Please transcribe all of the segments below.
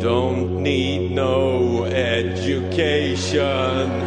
don't need no education.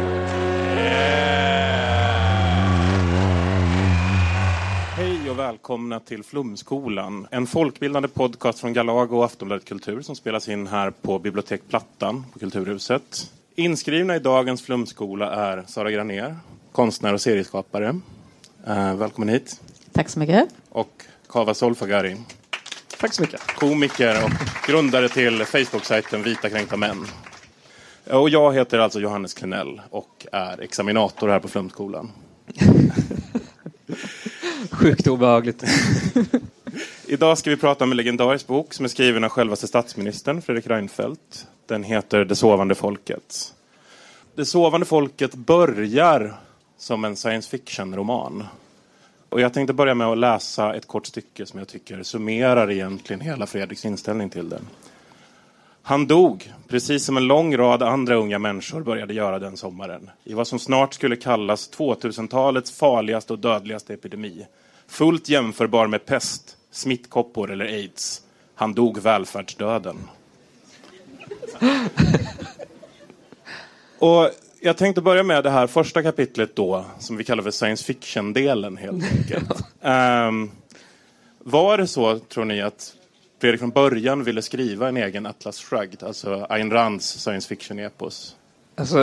Hej och välkomna till Flumskolan, en folkbildande podcast från Galago och Aftonbladet Kultur som spelas in här på Bibliotek Plattan på Kulturhuset. Inskrivna i dagens Flumskola är Sara Granér, konstnär och serieskapare. Välkommen hit. Tack så mycket. Och Kava Solfagari. Tack så mycket. Komiker och grundare till Facebook-sajten Vita kränkta män. Och jag heter alltså Johannes Klenell och är examinator här på Flumskolan. Sjukt obehagligt. Idag ska vi prata om en legendarisk bok som är skriven av självaste statsministern Fredrik Reinfeldt. Den heter Det sovande folket. Det sovande folket börjar som en science fiction-roman. Och jag tänkte börja med att läsa ett kort stycke som jag tycker summerar egentligen hela Fredriks inställning till den. Han dog, precis som en lång rad andra unga människor började göra den sommaren, i vad som snart skulle kallas 2000-talets farligaste och dödligaste epidemi. Fullt jämförbar med pest, smittkoppor eller aids. Han dog välfärdsdöden. Och jag tänkte börja med det här första kapitlet då, som vi kallar för science fiction-delen helt enkelt. Var det så, tror ni, att Fredrik från början ville skriva en egen Atlas Shrugged, alltså Ayn Rands science fiction-epos? Alltså,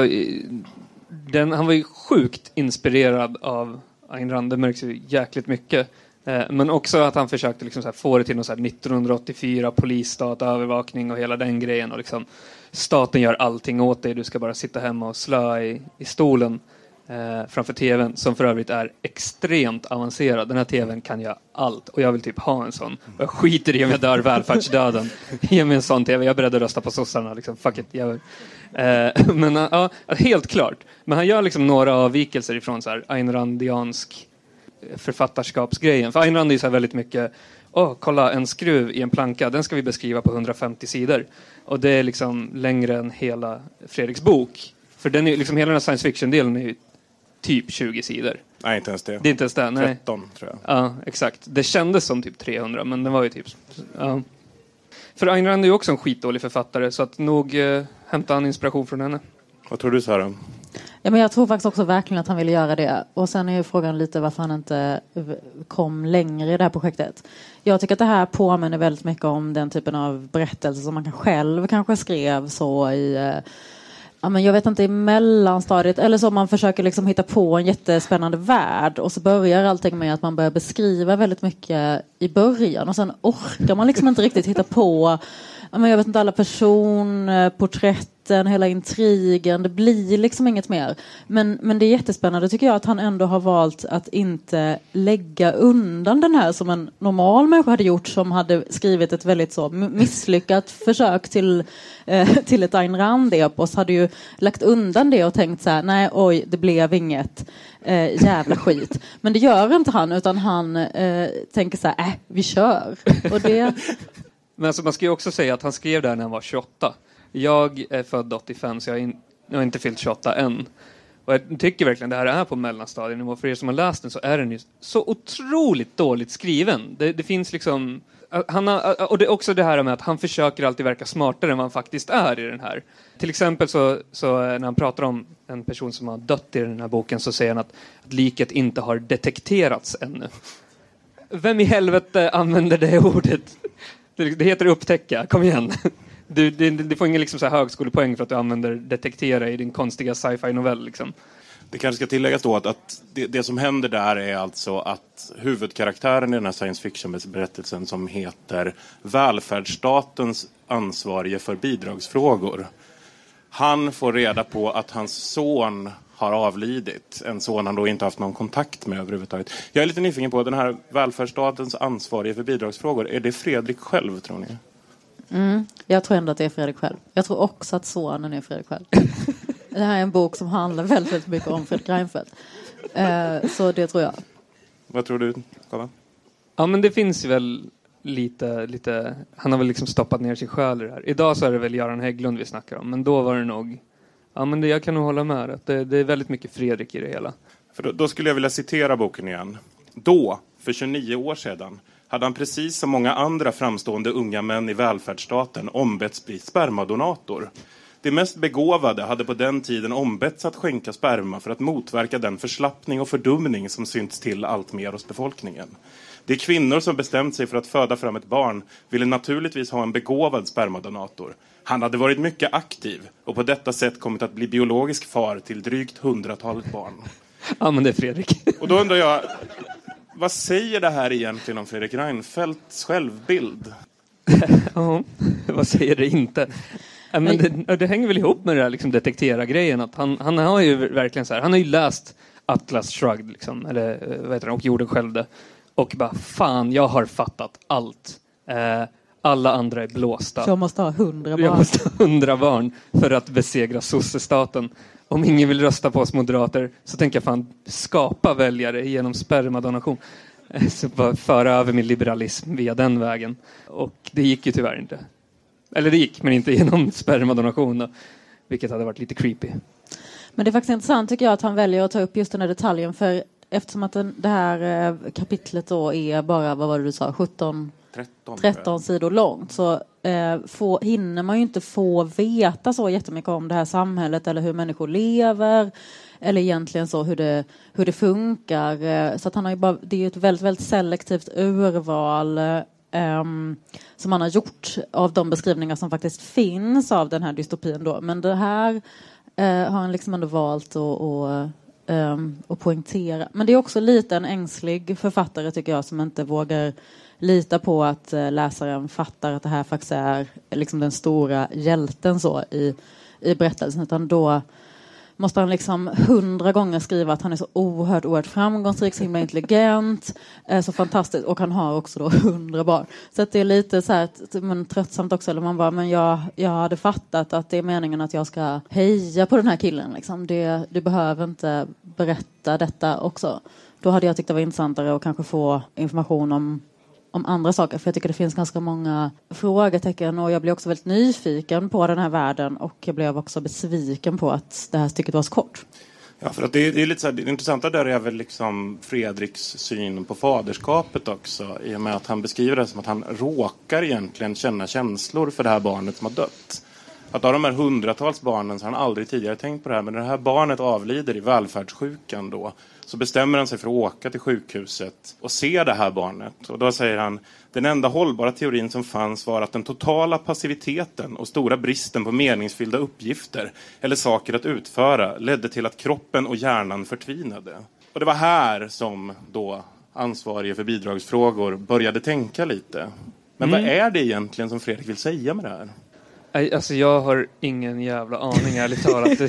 han var ju sjukt inspirerad av Ayn Rand, det märks ju jäkligt mycket. Men också att han försökte liksom så här få det till någon så här 1984 polisstat, övervakning och hela den grejen. Och liksom, staten gör allting åt dig, du ska bara sitta hemma och slå i stolen framför tvn, som för övrigt är extremt avancerad. Den här tvn kan göra allt och jag vill typ ha en sån. Och jag skiter i om jag dör välfärdsdöden. Ge mig en sån tv, jag är beredd att rösta på sossarna. Liksom. Fuck it, men ja, helt klart. Men han gör liksom några avvikelser ifrån så här Ayn Randiansk författarskapsgrejen. För Ayn Rand är ju så här väldigt mycket, kolla en skruv i en planka, den ska vi beskriva på 150 sidor. Och det är liksom längre än hela Fredriks bok. För den är liksom, hela den här science fiction-delen är ju typ 20 sidor. Nej, inte ens det. Det är inte ens det, nej. 13, tror jag. Ja, exakt. Det kändes som typ 300, men det var ju typ... Ja. För Ayn Rand är ju också en skitdålig författare, så att nog hämta han inspiration från henne. Vad tror du, Sara? Ja, men jag tror faktiskt också verkligen att han ville göra det. Och sen är ju frågan lite varför han inte kom längre i det här projektet. Jag tycker att det här påminner väldigt mycket om den typen av berättelser som man själv kanske skrev så i... Ja, men jag vet inte, i mellanstadiet eller så, man försöker liksom hitta på en jättespännande värld och så börjar allting med att man börjar beskriva väldigt mycket i början och sen orkar man liksom inte riktigt hitta på, ja, men jag vet inte, alla personporträtten, hela intrigen, det blir liksom inget mer. Men det är jättespännande tycker jag att han ändå har valt att inte lägga undan den här som en normal människa hade gjort, som hade skrivit ett väldigt så misslyckat försök till ett Ayn Rand-epos, hade ju lagt undan det och tänkt så här: nej, oj, det blev inget, jävla skit. Men det gör inte han, utan han tänker så här: vi kör. Och det... Men alltså, man ska ju också säga att han skrev det här när han var 28. Jag är född 85, så jag har inte fyllt 28 än. Och jag tycker verkligen det här är på mellanstadienivå. För er som har läst den så är den ju så otroligt dåligt skriven. Det finns liksom... och det är också det här med att han försöker alltid verka smartare än vad han faktiskt är i den här. Till exempel så när han pratar om en person som har dött i den här boken, så säger han att liket inte har detekterats ännu. Vem i helvete använder det ordet? Det heter upptäcka, kom igen. Du får ingen liksom så här högskolepoäng för att du använder detektera i din konstiga sci-fi novell. Liksom. Det kanske ska tilläggas då att det som händer där är alltså att huvudkaraktären i den här science fiction-berättelsen, som heter välfärdsstatens ansvarige för bidragsfrågor, han får reda på att hans son har avlidit. En son han då inte haft någon kontakt med överhuvudtaget. Jag är lite nyfiken på den här välfärdsstatens ansvarige för bidragsfrågor. Är det Fredrik själv, tror ni? Jag tror ändå att det är Fredrik själv. Jag tror också att sonen är Fredrik själv. Det här är en bok som handlar väldigt, väldigt mycket om Fredrik Reinfeldt. Så det tror jag. Vad tror du, Kava? Ja, men det finns väl lite... Han har väl liksom stoppat ner sig själv i det här. Idag så är det väl Göran Hägglund vi snackar om. Men då var det nog... Ja, men jag kan nog hålla med. Att det är väldigt mycket Fredrik i det hela. För då skulle jag vilja citera boken igen. Då, för 29 år sedan, hade han precis som många andra framstående unga män i välfärdsstaten ombetts bli spermadonator. De mest begåvade hade på den tiden ombetts att skänka sperma för att motverka den förslappning och fördumning som synts till allt mer hos befolkningen. De kvinnor som bestämt sig för att föda fram ett barn ville naturligtvis ha en begåvad spermadonator. Han hade varit mycket aktiv och på detta sätt kommit att bli biologisk far till drygt 100-talet barn. Ja, men det är Fredrik. Och då undrar jag, vad säger det här egentligen om Fredrik Reinfeldts självbild? Ja, vad säger det inte? Men det hänger väl ihop med det här liksom detektera-grejen. Att han har ju verkligen så här, han har ju läst Atlas Shrugged liksom, eller vad heter det, och gjorde själv det. Och bara, fan, jag har fattat allt. Alla andra är blåsta. Så jag måste ha 100 barn. Jag måste ha 100 barn för att besegra sossestaten. Om ingen vill rösta på oss moderater så tänker jag fan skapa väljare genom spermadonation. Så bara föra över min liberalism via den vägen. Och det gick ju tyvärr inte. Eller det gick, men inte genom spermadonation då, vilket hade varit lite creepy. Men det är faktiskt intressant tycker jag att han väljer att ta upp just den här detaljen. För eftersom att det här kapitlet då är bara, vad var det du sa, 13 sidor långt. Så hinner man ju inte få veta så jättemycket om det här samhället eller hur människor lever. Eller egentligen så hur det funkar. Så att han har ju bara, det är ju ett väldigt, väldigt selektivt urval som han har gjort av de beskrivningar som faktiskt finns av den här dystopin då. Men det här har han liksom ändå valt att poängtera. Men det är också lite en ängslig författare tycker jag som inte vågar lita på att läsaren fattar att det här faktiskt är liksom den stora hjälten så i berättelsen. Utan då måste han liksom 100 gånger skriva att han är så oerhört framgångsrik, så himla intelligent, så fantastiskt. Och han har också då 100 barn. Så att det är lite så här, men tröttsamt också. Eller man bara, men jag hade fattat att det är meningen att jag ska heja på den här killen. Liksom. Du behöver inte berätta detta också. Då hade jag tyckt det var intressantare att kanske få information om andra saker. För jag tycker det finns ganska många frågetecken. Och jag blev också väldigt nyfiken på den här världen. Och jag blev också besviken på att det här stycket var så kort. Ja, för att det är lite så här, det intressanta där är väl liksom Fredriks syn på faderskapet också. I och med att han beskriver det som att han råkar egentligen känna känslor för det här barnet som har dött. Att av de här 100-tals barnen så har han aldrig tidigare tänkt på det här. Men när det här barnet avlider i välfärdssjukan då, så bestämmer han sig för att åka till sjukhuset och se det här barnet. Och då säger han, den enda hållbara teorin som fanns var att den totala passiviteten och stora bristen på meningsfyllda uppgifter eller saker att utföra ledde till att kroppen och hjärnan förtvinade. Och det var här som då ansvarige för bidragsfrågor började tänka lite. Men vad är det egentligen som Fredrik vill säga med det här? Alltså jag har ingen jävla aning, ärligt talat.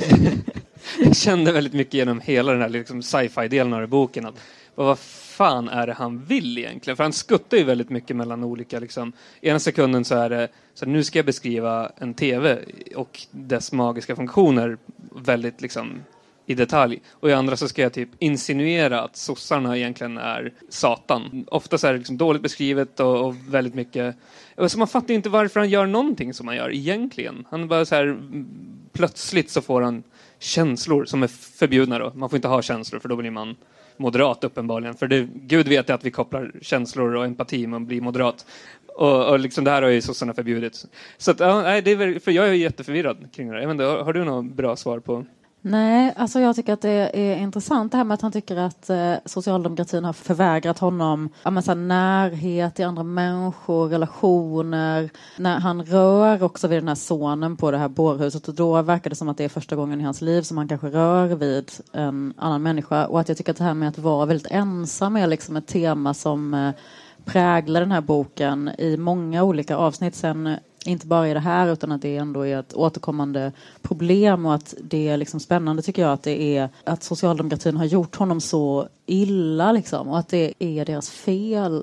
Jag kände väldigt mycket genom hela den här liksom sci-fi-delen av boken att vad fan är det han vill egentligen? För han skuttar ju väldigt mycket mellan olika liksom. Ena sekunden så är det så nu ska jag beskriva en tv och dess magiska funktioner väldigt liksom i detalj. Och i andra så ska jag typ insinuera att sossarna egentligen är satan. Ofta så är det liksom dåligt beskrivet och väldigt mycket. Så man fattar inte varför han gör någonting som han gör egentligen. Han bara så här, plötsligt så får han känslor som är förbjudna då. Man får inte ha känslor för då blir man moderat uppenbarligen. För Gud vet att vi kopplar känslor och empati med att bli moderat. Och liksom det här har ju sossarna förbjudit. Så att, nej, det är för jag är jätteförvirrad kring det här. Jag vet inte, har du något bra svar på? Nej, alltså jag tycker att det är intressant det här med att han tycker att socialdemokratin har förvägrat honom närhet till andra människor, relationer. När han rör också vid den här sonen på det här bårhuset och då verkar det som att det är första gången i hans liv som han kanske rör vid en annan människa. Och att jag tycker att det här med att vara väldigt ensam är liksom ett tema som präglar den här boken i många olika avsnitt. Sen inte bara i det här utan att det ändå är ett återkommande problem och att det är liksom spännande tycker jag att det är att socialdemokratin har gjort honom så illa liksom och att det är deras fel.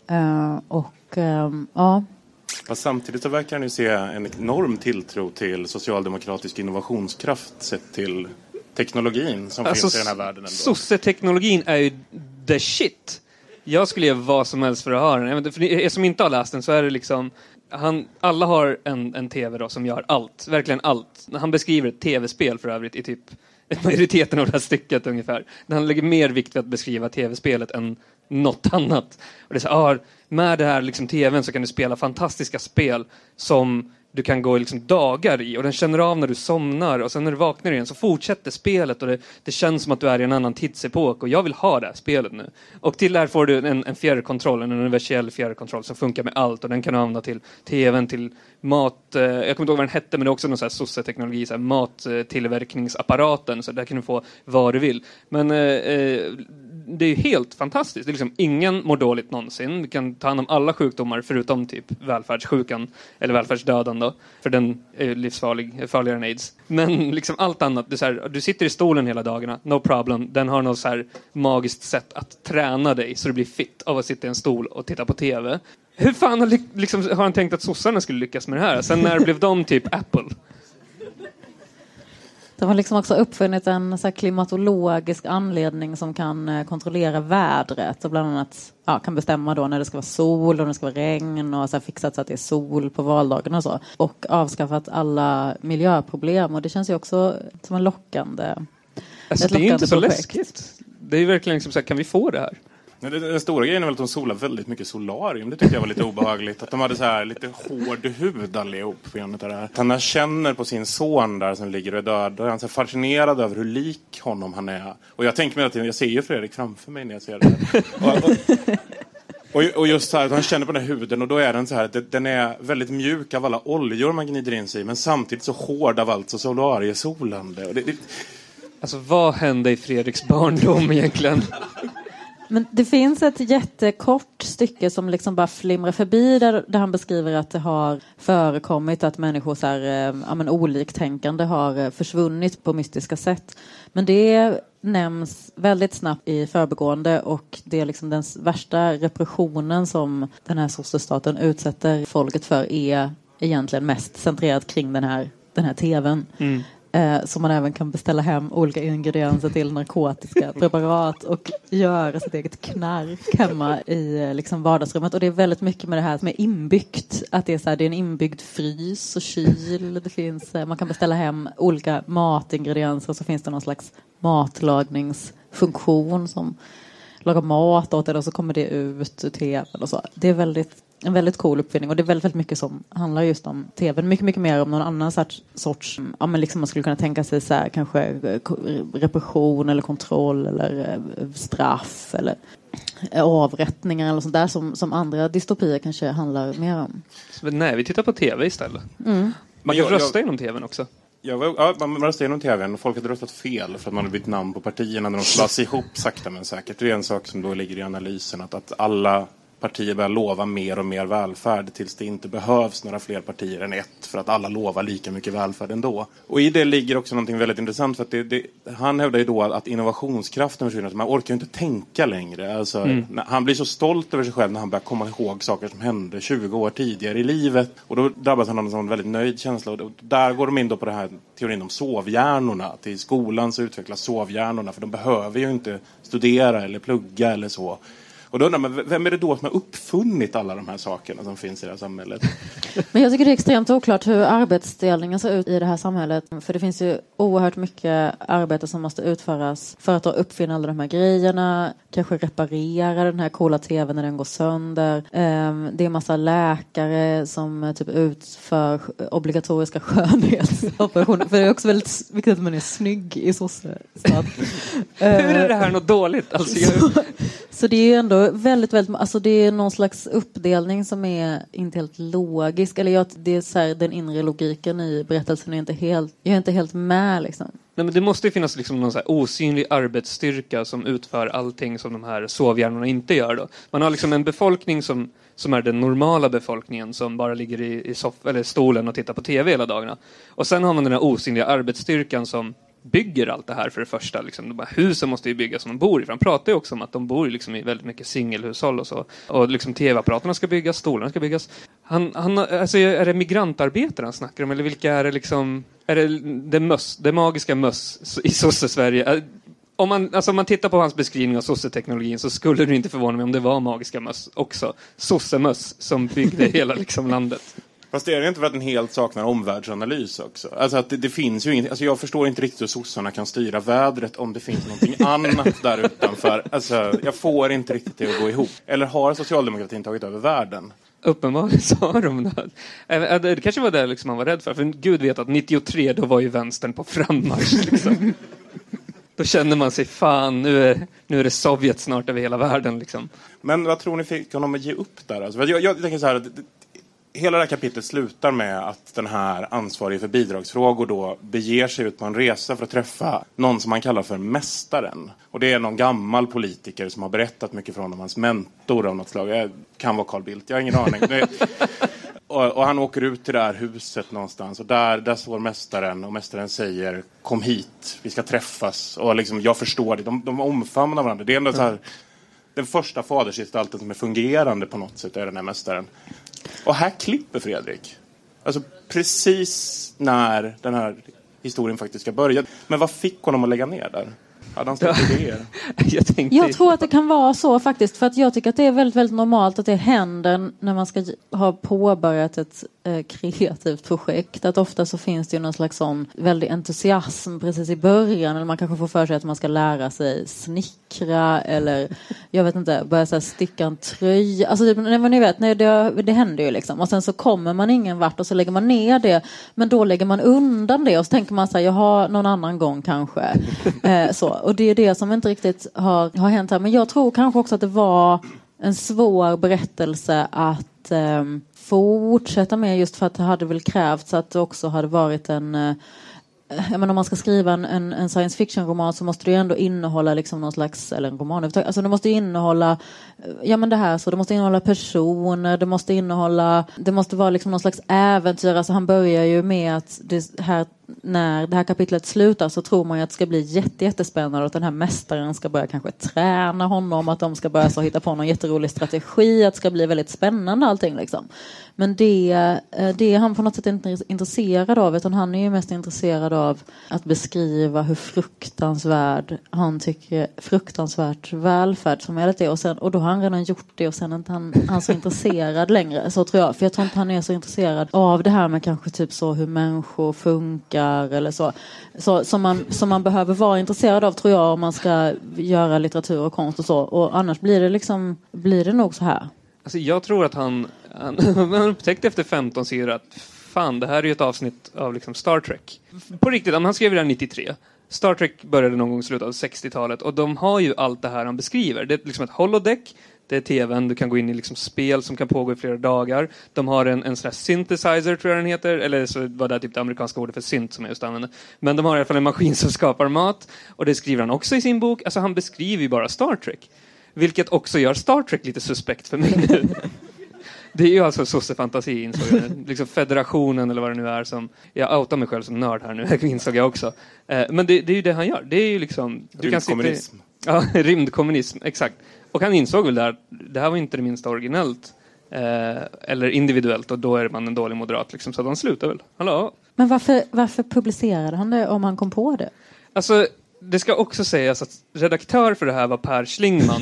Ja. Fast samtidigt så verkar ni se en enorm tilltro till socialdemokratisk innovationskraft sett till teknologin som finns i den här världen ändå. Sosseteknologin är ju the shit. Jag skulle göra vad som helst för att höra den. För er som inte har läst den så är det liksom alla har en tv då som gör allt, verkligen allt. Han beskriver ett tv-spel för övrigt i typ majoriteten av det här stycket ungefär. Han lägger mer vikt vid att beskriva tv-spelet än något annat. Och det är så här, med det här liksom tvn så kan du spela fantastiska spel som du kan gå liksom dagar i, och den känner av när du somnar, och sen när du vaknar igen så fortsätter spelet, och det känns som att du är i en annan tidsepok, och jag vill ha det här spelet nu. Och till det här får du en fjärrkontroll, en universell fjärrkontroll som funkar med allt, och den kan du använda till tvn, till mat, jag kommer inte ihåg vad den hette, men det är också någon sån här sosse-teknologi, så här mattillverkningsapparaten, så där kan du få vad du vill. Men det är helt fantastiskt. Det är liksom, ingen mår dåligt någonsin. Vi kan ta hand om alla sjukdomar förutom typ välfärdssjukan eller välfärdsdöden då, för den är livsfarlig, farligare än AIDS. Men liksom allt annat, det är så här, du sitter i stolen hela dagarna, no problem. Den har något så här magiskt sätt att träna dig så du blir fit av att sitta i en stol och titta på tv. Hur fan har han tänkt att sossarna skulle lyckas med det här? Sen när blev de typ Apple? De har liksom också uppfunnit en så här klimatologisk anledning som kan kontrollera vädret och bland annat kan bestämma då när det ska vara sol och när det ska vara regn, och så här fixat så att det är sol på valdagen och så. Och avskaffat alla miljöproblem, och det känns ju också som en lockande. Alltså det är inte så läskigt. Det är ju verkligen liksom så här, kan vi få det här? Den stora grejen är väl att de solar väldigt mycket solarium. Det tycker jag var lite obehagligt. Att de hade så här lite hård hud allihop på grund av det här. Han känner på sin son där som ligger och är död. Och är han så fascinerad över hur lik honom han är. Och jag tänker mig att jag ser ju Fredrik framför mig när jag ser det. Och just så här, han känner på den här huden, och då är den så här att den är väldigt mjuk av alla oljor man gnider in sig i, men samtidigt så hård av allt så solariesolande. Och Alltså vad hände i Fredriks barndom egentligen? Men det finns ett jättekort stycke som liksom bara flimrar förbi där han beskriver att det har förekommit att människor så här, oliktänkande har försvunnit på mystiska sätt. Men det nämns väldigt snabbt i förbigående, och det är liksom den värsta repressionen som den här sossestaten utsätter folket för är egentligen mest centrerat kring den här tvn. Så man även kan beställa hem olika ingredienser till narkotiska preparat och göra sitt eget knark hemma i liksom vardagsrummet. Och det är väldigt mycket med det här som är inbyggt. Att det är, så här, det är en inbyggd frys och kyl. Det finns, man kan beställa hem olika matingredienser, och så finns det någon slags matlagningsfunktion som lagar mat åt det, och så kommer det ut ur tvn och så. Det är en väldigt cool uppfinning, och det är väldigt, väldigt mycket som handlar just om tvn. Mycket, mycket mer om någon annan sorts men liksom man skulle kunna tänka sig så här, kanske repression eller kontroll eller straff eller avrättningar eller sånt där som andra dystopier kanske handlar mer om. Nej, vi tittar på tv istället. Man kan rösta inom tvn också. Man röstade genom tvn, och folk hade röstat fel för att man hade bytt namn på partierna när de slås ihop sakta men säkert. Det är en sak som då ligger i analysen, att alla partier börjar lova mer och mer välfärd tills det inte behövs några fler partier än ett, för att alla lovar lika mycket välfärd ändå. Och i det ligger också någonting väldigt intressant, för att han hävdar ju då att innovationskraften försvinner, att man orkar ju inte tänka längre. Alltså, han blir så stolt över sig själv när han börjar komma ihåg saker som hände 20 år tidigare i livet, och då drabbas han av en sån väldigt nöjd känsla, och där går de in då på det här teorin om sovhjärnorna. Till skolan så utvecklas sovhjärnorna, för de behöver ju inte studera eller plugga eller så. Och då undrar man, vem är det då som har uppfunnit alla de här sakerna som finns i det här samhället? Men jag tycker det är extremt oklart hur arbetsdelningen ser ut i det här samhället. För det finns ju oerhört mycket arbete som måste utföras för att uppfinna alla de här grejerna. Kanske reparera den här coola tvn när den går sönder. Det är en massa läkare som typ utför obligatoriska skönhetsoperationer. För det är också väldigt viktigt att man är snygg i sosse. Hur är det här något dåligt? Alltså, så det är ju ändå väldigt, alltså det är någon slags uppdelning som är inte helt logisk. Eller det är så här, den inre logiken i berättelsen är jag är inte helt med liksom. Nej, men det måste ju finnas liksom någon så här osynlig arbetsstyrka som utför allting som de här sovhjärnorna inte gör då. Man har liksom en befolkning som är den normala befolkningen som bara ligger i eller stolen och tittar på tv hela dagarna. Och sen har man den här osynliga arbetsstyrkan som bygger allt det här för det första. Liksom. De här husen måste ju byggas som de bor i. För han pratar ju också om att de bor liksom i väldigt mycket singelhushåll och så. Och liksom tv-apparaterna ska byggas, stolarna ska byggas. Alltså, är det migrantarbetare han snackar om? Eller vilka är det liksom... Är det magiska möss i sosse-Sverige? Om man tittar på hans beskrivning av sosseteknologin så skulle det inte förvåna mig om det var magiska möss också. Sossemöss som byggde hela liksom landet. Fast det är det inte för att den helt saknar omvärldsanalys också. Alltså att det finns ju inget, alltså jag förstår inte riktigt hur sossarna kan styra vädret om det finns någonting annat där utanför. Alltså jag får inte riktigt det att gå ihop. Eller har socialdemokratin tagit över världen? Uppenbarligen sa de det. Det kanske var det liksom man var rädd för Gud vet att 93 då var ju vänstern på frammarsch liksom. Då kände man sig fan, nu är det Sovjet snart över hela världen liksom. Men vad tror ni fick honom att ge upp där? Alltså, jag tänker så här, hela det här kapitlet slutar med att den här ansvarig för bidragsfrågor då beger sig ut på en resa för att träffa någon som man kallar för mästaren. Och det är någon gammal politiker som har berättat mycket från hans mentor av något slag. Det kan vara Carl Bildt, jag har ingen aning. Och han åker ut till det här huset någonstans och där står mästaren och mästaren säger kom hit, vi ska träffas. Och liksom, jag förstår det, de omfamnar varandra. Det är ändå så här, den första fadersgestalten som är fungerande på något sätt är den här mästaren. Och här klipper Fredrik. Alltså precis när den här historien faktiskt ska börja. Men vad fick honom att lägga ner där? Hade han stått idéer? Jag tror att det kan vara så faktiskt. För att jag tycker att det är väldigt, väldigt normalt att det händer när man ska ha påbörjat ett kreativt projekt. Att ofta så finns det ju någon slags sån väldig entusiasm precis i början. Eller man kanske får för sig att man ska lära sig snickra. Eller jag vet inte, börja så här sticka en tröja. Alltså ni vet, det händer ju liksom. Och sen så kommer man ingen vart och så lägger man ner det. Men då lägger man undan det. Och så tänker man så här, jag har någon annan gång kanske. Så. Och det är det som inte riktigt har hänt här. Men jag tror kanske också att det var en svår berättelse att fortsätta med, just för att det hade väl krävts att det också hade varit en... Jag menar, om man ska skriva en science fiction-roman så måste det ju ändå innehålla liksom någon slags, eller en roman, alltså det måste innehålla det här, så det måste innehålla personer, det måste vara liksom någon slags äventyr. Alltså han börjar ju med att när det här kapitlet slutar så tror man ju att det ska bli jättespännande och att den här mästaren ska börja kanske träna honom, att de ska börja så hitta på någon jätterolig strategi, att det ska bli väldigt spännande allting liksom. Men det är han på något sätt inte intresserad av, utan han är ju mest intresserad av att beskriva hur fruktansvärt välfärdssamhället är, och då har han redan gjort det, och sen är inte han så intresserad längre, så tror jag. För jag tror inte han är så intresserad av det här med kanske typ så hur människor funkar eller så som man behöver vara intresserad av, tror jag, om man ska göra litteratur och konst och så. Och annars blir det nog så här. Alltså jag tror att han upptäckte efter 15 sidor att fan, det här är ju ett avsnitt av liksom Star Trek. På riktigt, han skrev det här 93. Star Trek började någon gång i slutet av 60-talet och de har ju allt det här han beskriver. Det är liksom ett holodeck, det är tvn, du kan gå in i liksom spel som kan pågå i flera dagar. De har en sån här synthesizer, tror jag den heter, eller så var det typ det amerikanska ordet för synt som jag just använder. Men de har i alla fall en maskin som skapar mat, och det skriver han också i sin bok. Alltså han beskriver ju bara Star Trek. Vilket också gör Star Trek lite suspekt för mig nu. Det är ju alltså sossefantasi, insåg jag. Liksom federationen eller vad det nu är som... Jag outar mig själv som nörd här nu, insåg jag också. Men det är ju det han gör. Det är ju liksom... Rymdkommunism. Ja, rymdkommunism, exakt. Och han insåg väl där, det här var inte det minsta originellt. Eller individuellt, och då är man en dålig moderat liksom. Så han slutar väl. Hallå? Men varför publicerade han det om han kom på det? Alltså... Det ska också sägas att redaktör för det här var Per Schlingmann.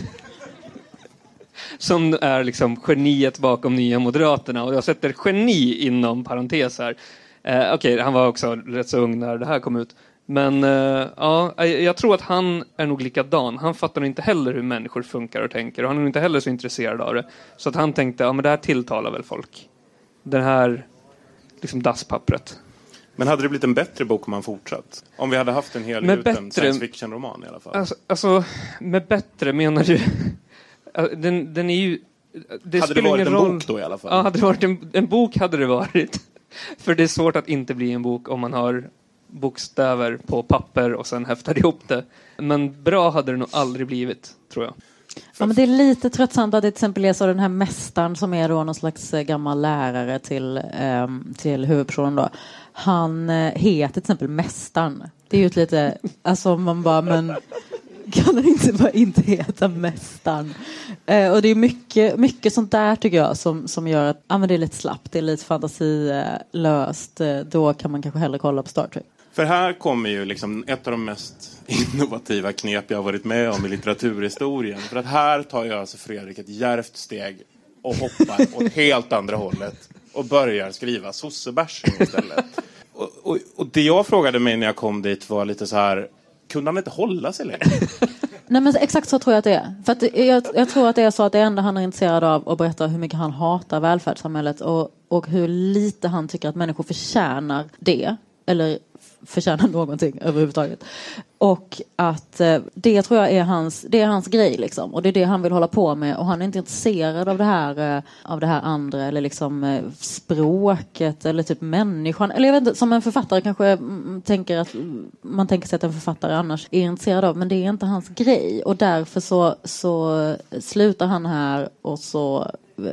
Som är liksom geniet bakom Nya Moderaterna. Och jag sätter geni inom parentes här. Okej, han var också rätt så ung när det här kom ut. Men jag tror att han är nog likadan. Han fattar inte heller hur människor funkar och tänker. Och han är inte heller så intresserad av det. Så att han tänkte, men det här tilltalar väl folk. Det här liksom dasspappret. Men hade det blivit en bättre bok om man fortsatt? Om vi hade haft en hel en science fiction-roman i alla fall. Alltså med bättre menar du... Den är ju... Hade det varit en bok då i alla fall? Ja, hade det varit en bok hade det varit. För det är svårt att inte bli en bok om man har bokstäver på papper och sen häftar ihop det. Men bra hade det nog aldrig blivit, tror jag. Ja, men det är lite tröttsamt att det till exempel är så den här mästaren som är då någon slags gammal lärare till huvudpersonen då. Han heter till exempel mästaren. Det är ju ett lite, alltså man bara, men kan han inte bara inte heta mästaren? Och det är mycket sånt där tycker jag som gör att men det är lite slappt, det är lite fantasilöst. Då kan man kanske hellre kolla på Star Trek. För här kommer ju liksom ett av de mest innovativa knep jag har varit med om i litteraturhistorien. För att här tar jag alltså Fredrik ett djärvt steg och hoppar åt helt andra hållet. och börjar skriva sossebärsing istället. och det jag frågade mig när jag kom dit var lite så här, kunde han inte hålla sig längre? Nej, men exakt så tror jag att det är. För att jag tror att det är så att det enda han är intresserad av att berätta hur mycket han hatar välfärdssamhället och hur lite han tycker att människor förtjänar det. Eller förtjänar någonting överhuvudtaget. Och att det tror jag är hans grej liksom. Och det är det han vill hålla på med. Och han är inte intresserad av det här andra. Eller liksom språket. Eller typ människan. Eller jag vet inte, som en författare kanske tänker att man tänker sig att en författare annars är intresserad av. Men det är inte hans grej. Och därför så slutar han här och så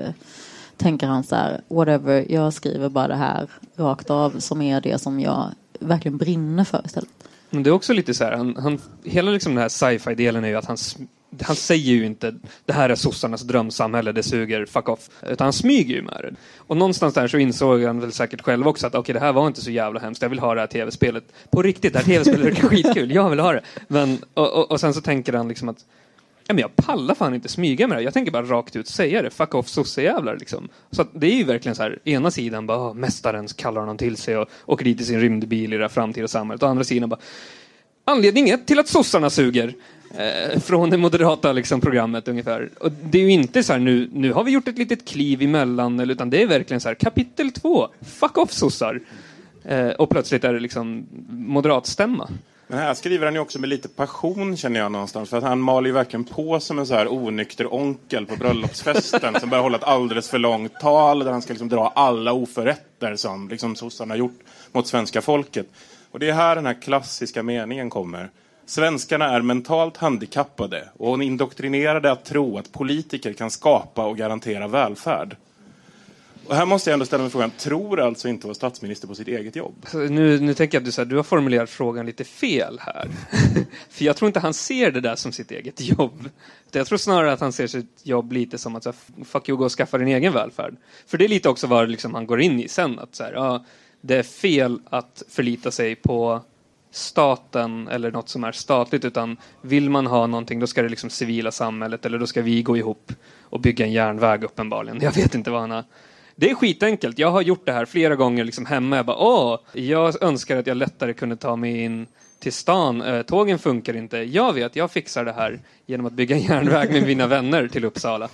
tänker han så här, whatever, jag skriver bara det här rakt av som är det som jag verkligen brinner för istället. Men det är också lite så här, han hela liksom den här sci-fi-delen är ju att han säger ju inte det här är sossarnas drömsamhälle, det suger, fuck off. Utan han smyger ju med det. Och någonstans där så insåg han väl säkert själv också att okej, det här var inte så jävla hemskt. Jag vill ha det här tv-spelet. På riktigt, det här tv-spelet är skitkul. Jag vill ha det. Men, och sen så tänker han liksom att men jag pallar fan inte smyga med det. Jag tänker bara rakt ut säga det. Fuck off, sossejävlar liksom. Så att det är ju verkligen så här, ena sidan bara mästaren kallar honom till sig och åker dit i sin rymdbil i det framtida samhället. Och andra sidan bara anledningen till att sossarna suger från det moderata liksom, programmet ungefär. Och det är ju inte så här nu har vi gjort ett litet kliv emellan, utan det är verkligen så här kapitel 2. Fuck off, sossar. Och plötsligt är det liksom moderatstämma. Men här skriver han ju också med lite passion, känner jag någonstans. För att han maler ju verkligen på som en så här onykter onkel på bröllopsfesten som börjar hålla ett alldeles för långt tal där han ska liksom dra alla oförrätter som liksom sossarna har gjort mot svenska folket. Och det är här den här klassiska meningen kommer. Svenskarna är mentalt handikappade och indoktrinerade att tro att politiker kan skapa och garantera välfärd. Och här måste jag ändå ställa mig frågan, tror alltså inte vår statsminister på sitt eget jobb? Nu tänker jag att du har formulerat frågan lite fel här. För jag tror inte han ser det där som sitt eget jobb. Jag tror snarare att han ser sitt jobb lite som att fuck you, gå och skaffa din egen välfärd. För det är lite också vad liksom han går in i sen. Att så här, ja, det är fel att förlita sig på staten eller något som är statligt, utan vill man ha någonting, då ska det liksom civila samhället, eller då ska vi gå ihop och bygga en järnväg uppenbarligen. Jag vet inte vad han har. Det är skitenkelt. Jag har gjort det här flera gånger liksom hemma. Jag bara, jag önskar att jag lättare kunde ta mig in till stan. Tågen funkar inte. Jag vet, jag fixar det här genom att bygga en järnväg med mina vänner till Uppsala.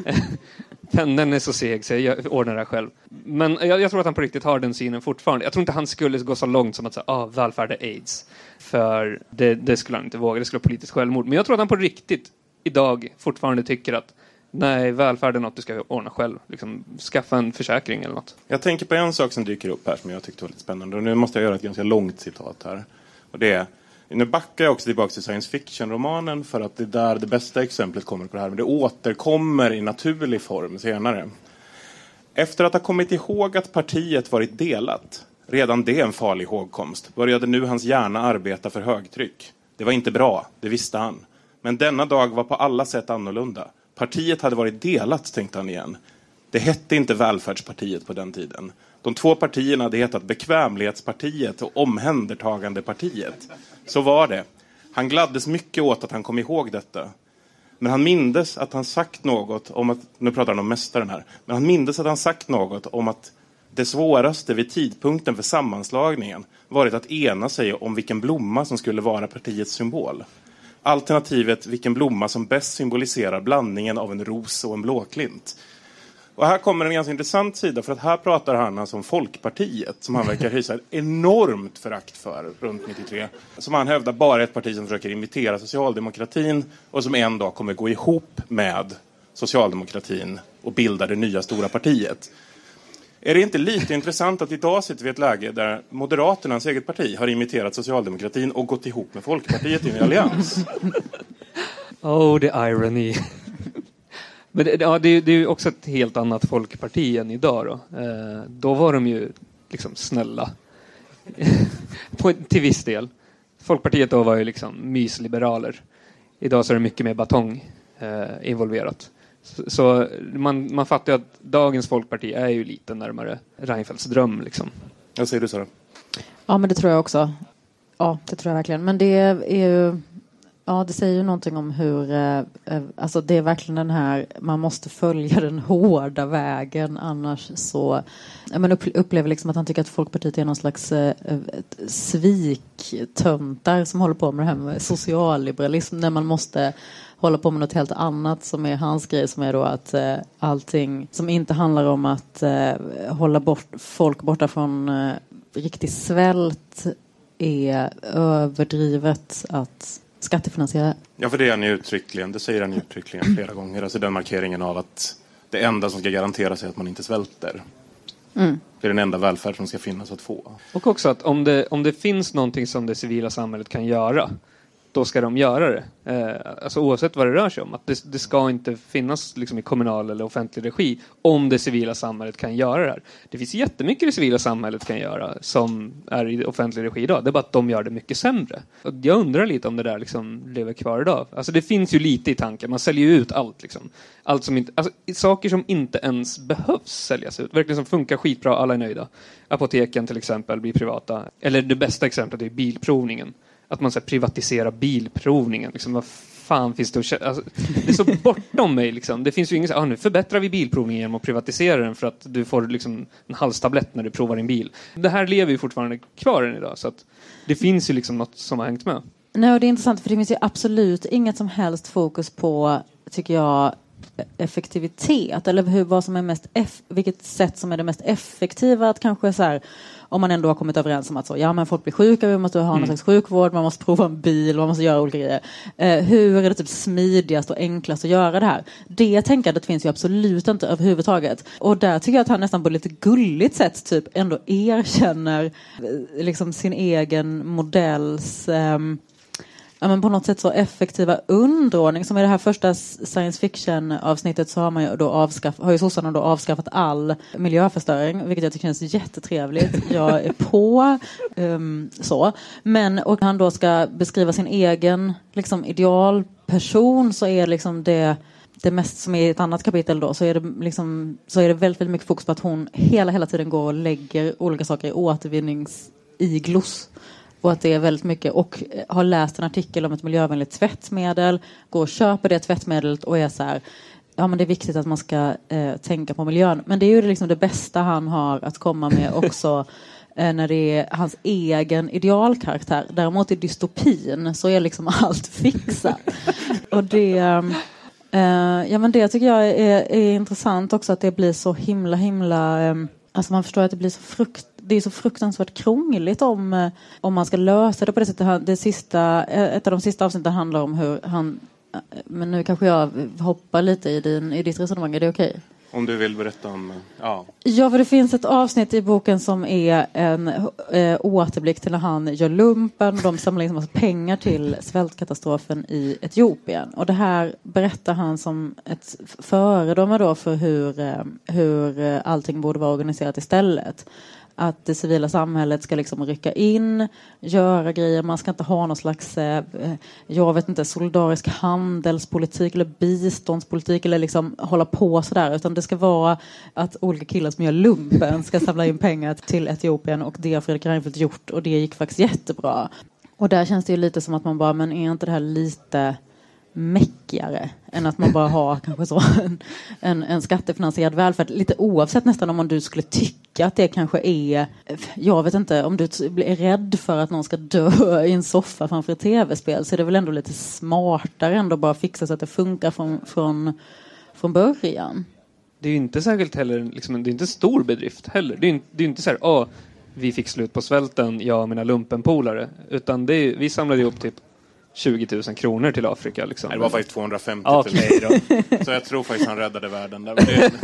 Pendeln är så seg så jag ordnar det själv. Men jag tror att han på riktigt har den synen fortfarande. Jag tror inte han skulle gå så långt som att säga, välfärd är AIDS. För det skulle han inte våga. Det skulle vara politiskt självmord. Men jag tror att han på riktigt idag fortfarande tycker att nej, välfärd är något du ska ordna själv. Liksom, skaffa en försäkring eller något. Jag tänker på en sak som dyker upp här som jag tyckte var lite spännande. Och nu måste jag göra ett ganska långt citat här. Och det är, nu backar jag också tillbaka till science fiction-romanen för att det är där det bästa exemplet kommer på det här. Men det återkommer i naturlig form senare. Efter att ha kommit ihåg att partiet varit delat, redan det en farlig ihågkomst, började nu hans hjärna arbeta för högtryck. Det var inte bra, det visste han. Men denna dag var på alla sätt annorlunda. Partiet hade varit delat, tänkte han igen. Det hette inte Välfärdspartiet på den tiden. De två partierna hade hetat Bekvämlighetspartiet och Omhändertagandepartiet. Så var det. Han gladdes mycket åt att han kom ihåg detta. Men han mindes att han sagt något om att, nu pratar han om mästaren här, men han mindes att han sagt något om att det svåraste vid tidpunkten för sammanslagningen varit att ena sig om vilken blomma som skulle vara partiets symbol. Alternativet vilken blomma som bäst symboliserar blandningen av en ros och en blåklint. Och här kommer en ganska intressant sida, för att här pratar han alltså om Folkpartiet som han verkar hysa ett enormt förakt för runt 93. Som han hävdar bara är ett parti som försöker imitera socialdemokratin och som en dag kommer gå ihop med socialdemokratin och bilda det nya stora partiet. Är det inte lite intressant att idag sitter vi i ett läge där Moderaterna, hans eget parti, har imiterat socialdemokratin och gått ihop med Folkpartiet i en allians? Oh, the irony. Men det är ju också ett helt annat folkparti än idag då. Då var de ju liksom snälla. Till viss del. Folkpartiet då var ju liksom mysliberaler. Idag så är det mycket mer batong involverat. Så man fattar ju att dagens folkparti är ju lite närmare Reinfeldts dröm liksom. Vad säger du, Sara? Ja, men det tror jag också. Ja, det tror jag verkligen. Men det är ju Ja, det säger ju någonting om hur, alltså det är verkligen den här, man måste följa den hårda vägen, annars så, man upplever liksom att han tycker att Folkpartiet är någon slags sviktöntar som håller på med det här med socialliberalism, när man måste hålla på med något helt annat som är hans grej, som är då att allting som inte handlar om att hålla bort folk borta från riktig svält är överdrivet att skattefinansiera. Ja, för det säger han uttryckligen flera gånger. Alltså den markeringen av att det enda som ska garanteras är att man inte svälter. Det är den enda välfärd som ska finnas att få. Och också att om det finns någonting som det civila samhället kan göra, då ska de göra det. Alltså oavsett vad det rör sig om. Att det ska inte finnas liksom i kommunal eller offentlig regi om det civila samhället kan göra det här. Det finns jättemycket det civila samhället kan göra som är i offentlig regi idag. Det är bara att de gör det mycket sämre. Och jag undrar lite om det där liksom lever kvar idag. Alltså det finns ju lite i tanken. Man säljer ju ut allt liksom. Allt som inte, alltså, saker som inte ens behövs säljas ut. Verkligen som funkar skitbra, alla är nöjda. Apoteken till exempel blir privata. Eller det bästa exemplet är bilprovningen. Att man så här, privatiserar bilprovningen. Liksom, vad fan finns det att alltså, det är så bortom mig. Liksom. Det finns ju inget nu förbättrar vi bilprovningen genom att privatisera den för att du får liksom, en halstablett när du provar din bil. Det här lever ju fortfarande kvar än idag. Så att det finns ju liksom något som har hängt med. Nej, och det är intressant för det finns ju absolut inget som helst fokus på, tycker jag, effektivitet. Eller vad som är mest vilket sätt som är det mest effektiva att kanske så här, om man ändå har kommit överens om att så, ja, men folk blir sjuka, vi måste ha någon slags sjukvård, man måste prova en bil, man måste göra olika grejer. Hur är det typ smidigast och enklast att göra det här? Det tänkandet finns ju absolut inte överhuvudtaget. Och där tycker jag att han nästan på lite gulligt sätt typ ändå erkänner liksom sin egen modells men på något sätt så effektiva underordning. Som i det här första science fiction avsnittet så har man ju då har ju sossarna då avskaffat all miljöförstöring, vilket jag tycker känns jättetrevligt. Jag är på så. Men och han då ska beskriva sin egen liksom idealperson, så är liksom det mest som är ett annat kapitel då, så är det liksom, så är det väldigt, väldigt mycket fokus på att hon hela tiden går och lägger olika saker i återvinningsiglos. Och att det är väldigt mycket, och har läst en artikel om ett miljövänligt tvättmedel, går och köper det tvättmedlet och är så här, ja men det är viktigt att man ska tänka på miljön. Men det är ju liksom det bästa han har att komma med också när det är hans egen idealkaraktär. Däremot i dystopin så är liksom allt fixat. Och det, ja men det tycker jag är intressant också, att det blir så himla alltså man förstår att det blir det är så fruktansvärt krångligt om man ska lösa det på det sättet. Ett av de sista avsnitten handlar om hur han, men nu kanske jag hoppar lite i ditt resonemang, är det okej? Om du vill berätta om, Ja, för det finns ett avsnitt i boken som är en återblick till när han gör lumpen. De samlar in massa pengar till svältkatastrofen i Etiopien. Och det här berättar han som ett föredöme då för hur allting borde vara organiserat istället. Att det civila samhället ska liksom rycka in, göra grejer. Man ska inte ha någon slags, jag vet inte, solidarisk handelspolitik eller biståndspolitik eller liksom hålla på sådär. Utan det ska vara att olika killar som gör lumpen ska samla in pengar till Etiopien, och det har Fredrik Reinfeldt gjort, och det gick faktiskt jättebra. Och där känns det ju lite som att man bara, men är inte det här lite mäckigare än att man bara har kanske så en skattefinansierad välfärd, lite oavsett nästan om du skulle tycka att det kanske är, jag vet inte, om du är rädd för att någon ska dö i en soffa framför ett tv-spel, så är det väl ändå lite smartare ändå bara fixa så att det funkar från början. Det är ju inte särskilt heller liksom, det är inte en stor bedrift heller. Det är inte så här, vi fick slut på svälten, jag och mina lumpenpolare, utan vi samlade ihop typ 20 000 kronor till Afrika. Liksom. Det var faktiskt 250 000. Så jag tror faktiskt han räddade världen där.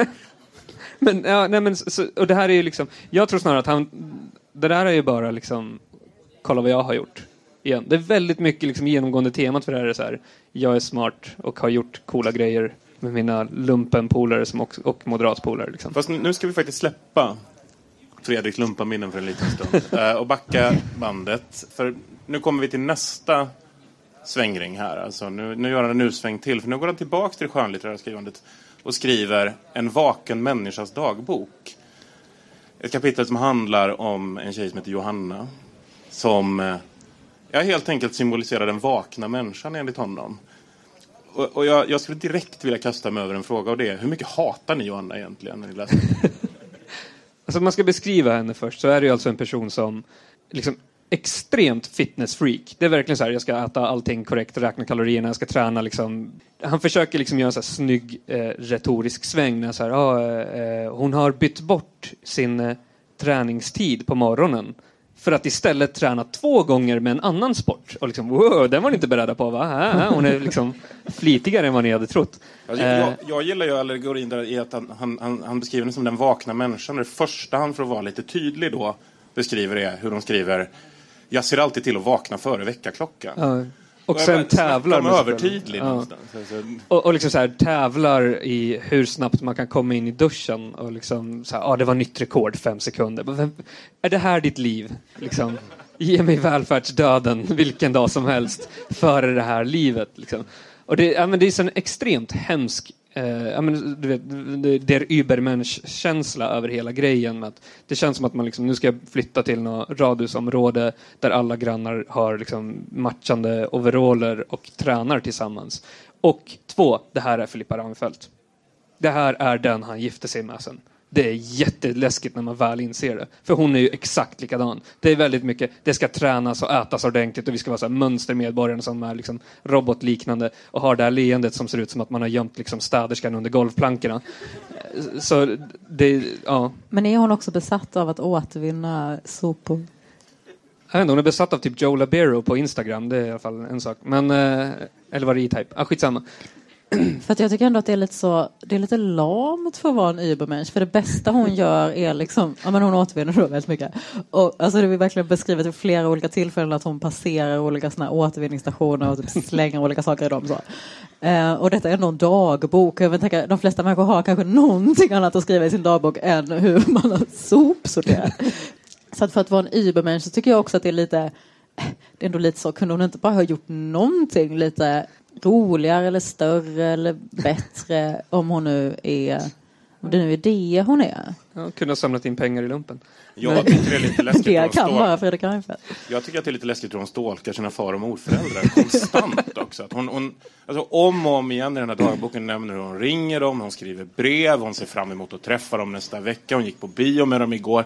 Och det här är ju liksom, jag tror snarare att det där är ju bara liksom, kolla vad jag har gjort. Igen. Det är väldigt mycket liksom genomgående temat för det här är så här, jag är smart och har gjort coola grejer med mina lumpenpolare och moderatpolare. Liksom. Fast nu ska vi faktiskt släppa Fredrik Lumpenminnen för en liten stund och backa bandet. För nu kommer vi till nästa svängring här. Alltså nu gör han en utsväng till. För nu går han tillbaka till det skönlitterära skrivandet och skriver En vaken människas dagbok. Ett kapitel som handlar om en tjej som heter Johanna, som Jag helt enkelt symboliserar den vakna människan enligt honom. Och jag skulle direkt vilja kasta mig över en fråga, och det är: hur mycket hatar ni Johanna egentligen när ni läser? Alltså om man ska beskriva henne först, så är det ju alltså en person som liksom extremt fitnessfreak. Det är verkligen så här: jag ska äta allting korrekt, räkna kalorierna, jag ska träna liksom. Han försöker liksom göra en så här snygg retorisk sväng när så här, hon har bytt bort sin träningstid på morgonen för att istället träna 2 gånger med en annan sport. Och liksom, wow, den var ni inte beredda på, va? Hon är liksom flitigare än vad ni hade trott. Alltså, jag gillar ju allegorin där i att han beskriver den som den vakna människan. Det första han, för att vara lite tydlig då, beskriver är hur de skriver: jag ser alltid till att vakna före väckarklockan. Ja. Och sen tävlar med övertydlig någonstans. Och liksom så här, tävlar i hur snabbt man kan komma in i duschen och liksom så här, det var nytt rekord 5 sekunder. Är det här ditt liv? Liksom, ge mig välfärdsdöden vilken dag som helst före det här livet liksom. Och det är så en extremt hemsk du vet, det är Übermensch-känsla över hela grejen med att det känns som att man liksom, nu ska jag flytta till något radhusområde där alla grannar har liksom matchande overaller och tränar tillsammans. Och 2, det här är Filippa Reinfeldt. Det här är den han gifte sig med sen. Det är jätteläskigt när man väl inser det. För hon är ju exakt likadan. Det är väldigt mycket, det ska tränas och ätas ordentligt och vi ska vara så här mönstermedborgare som är liksom robotliknande och har det här leendet som ser ut som att man har gömt liksom städerskan under golvplankorna. Så det, ja. Men är hon också besatt av att återvinna sopor? Jag vet inte, hon är besatt av typ Joe Labero på Instagram, det är i alla fall en sak. Men, eller var det E-Type? Skitsamma. För att jag tycker ändå att det är lite lamt för att vara en Übermensch. För det bästa hon gör är liksom, ja men hon återvinner då väldigt mycket. Och alltså det är verkligen beskrivet i flera olika tillfällen att hon passerar olika såna återvinningsstationer och typ slänger olika saker i dem så. Och detta är ändå en dagbok. Jag tänker, de flesta människor har kanske någonting annat att skriva i sin dagbok än hur man har sopsorterat. Så att för att vara en Übermensch så tycker jag också att det är ändå lite så, kunde hon inte bara ha gjort någonting lite roligare eller större eller bättre om det nu är det hon är. Ja, kunde ha samlat in pengar i lumpen. Jag tycker det är lite läskigt. Det kan vara Fredrik Reinfeldt. Jag tycker att det är lite läskigt hur hon stalkar sina far- och morföräldrar konstant också. Att hon alltså om och om igen i den här dagboken nämner hon ringer dem, hon skriver brev, hon ser fram emot att träffa dem nästa vecka, hon gick på bio med dem igår.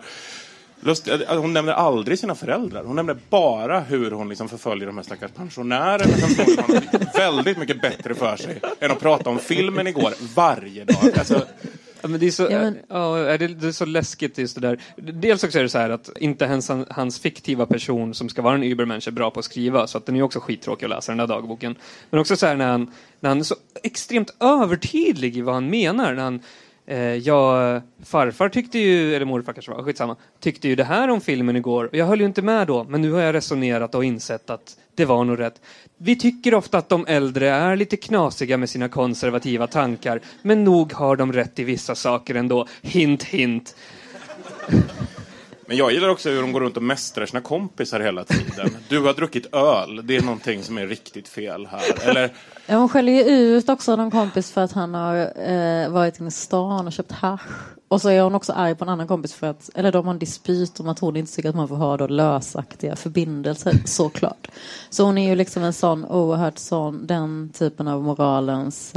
Hon nämner aldrig sina föräldrar. Hon nämner bara hur hon liksom förföljer de här stackars pensionärerna som har väldigt mycket bättre för sig än att prata om filmen igår varje dag. Alltså, ja, men det är så, det är så läskigt just det där. Dels också är det så här att inte ens hans fiktiva person som ska vara en Übermensch är bra på att skriva, så att den är också skittråkig att läsa den där dagboken. Men också så här när han är så extremt övertydlig i vad han menar när han farfar tyckte ju, eller morfar kanske var, skitsamma, tyckte ju det här om filmen igår. Och jag höll ju inte med då, men nu har jag resonerat och insett att det var nog rätt. Vi tycker ofta att de äldre är lite knasiga med sina konservativa tankar, men nog har de rätt i vissa saker ändå. Hint, hint. Men jag gillar också hur de går runt och mästrar sina kompisar hela tiden. Du har druckit öl, det är någonting som är riktigt fel här. Eller... Ja, hon skäller ju ut också någon kompis för att han har varit i stan och köpt hasch. Och så är hon också arg på en annan kompis för att, eller de har en dispyt om att hon inte tycker att man får ha då lösaktiga förbindelser, såklart. Så hon är ju liksom en sån oerhört sån, den typen av moralens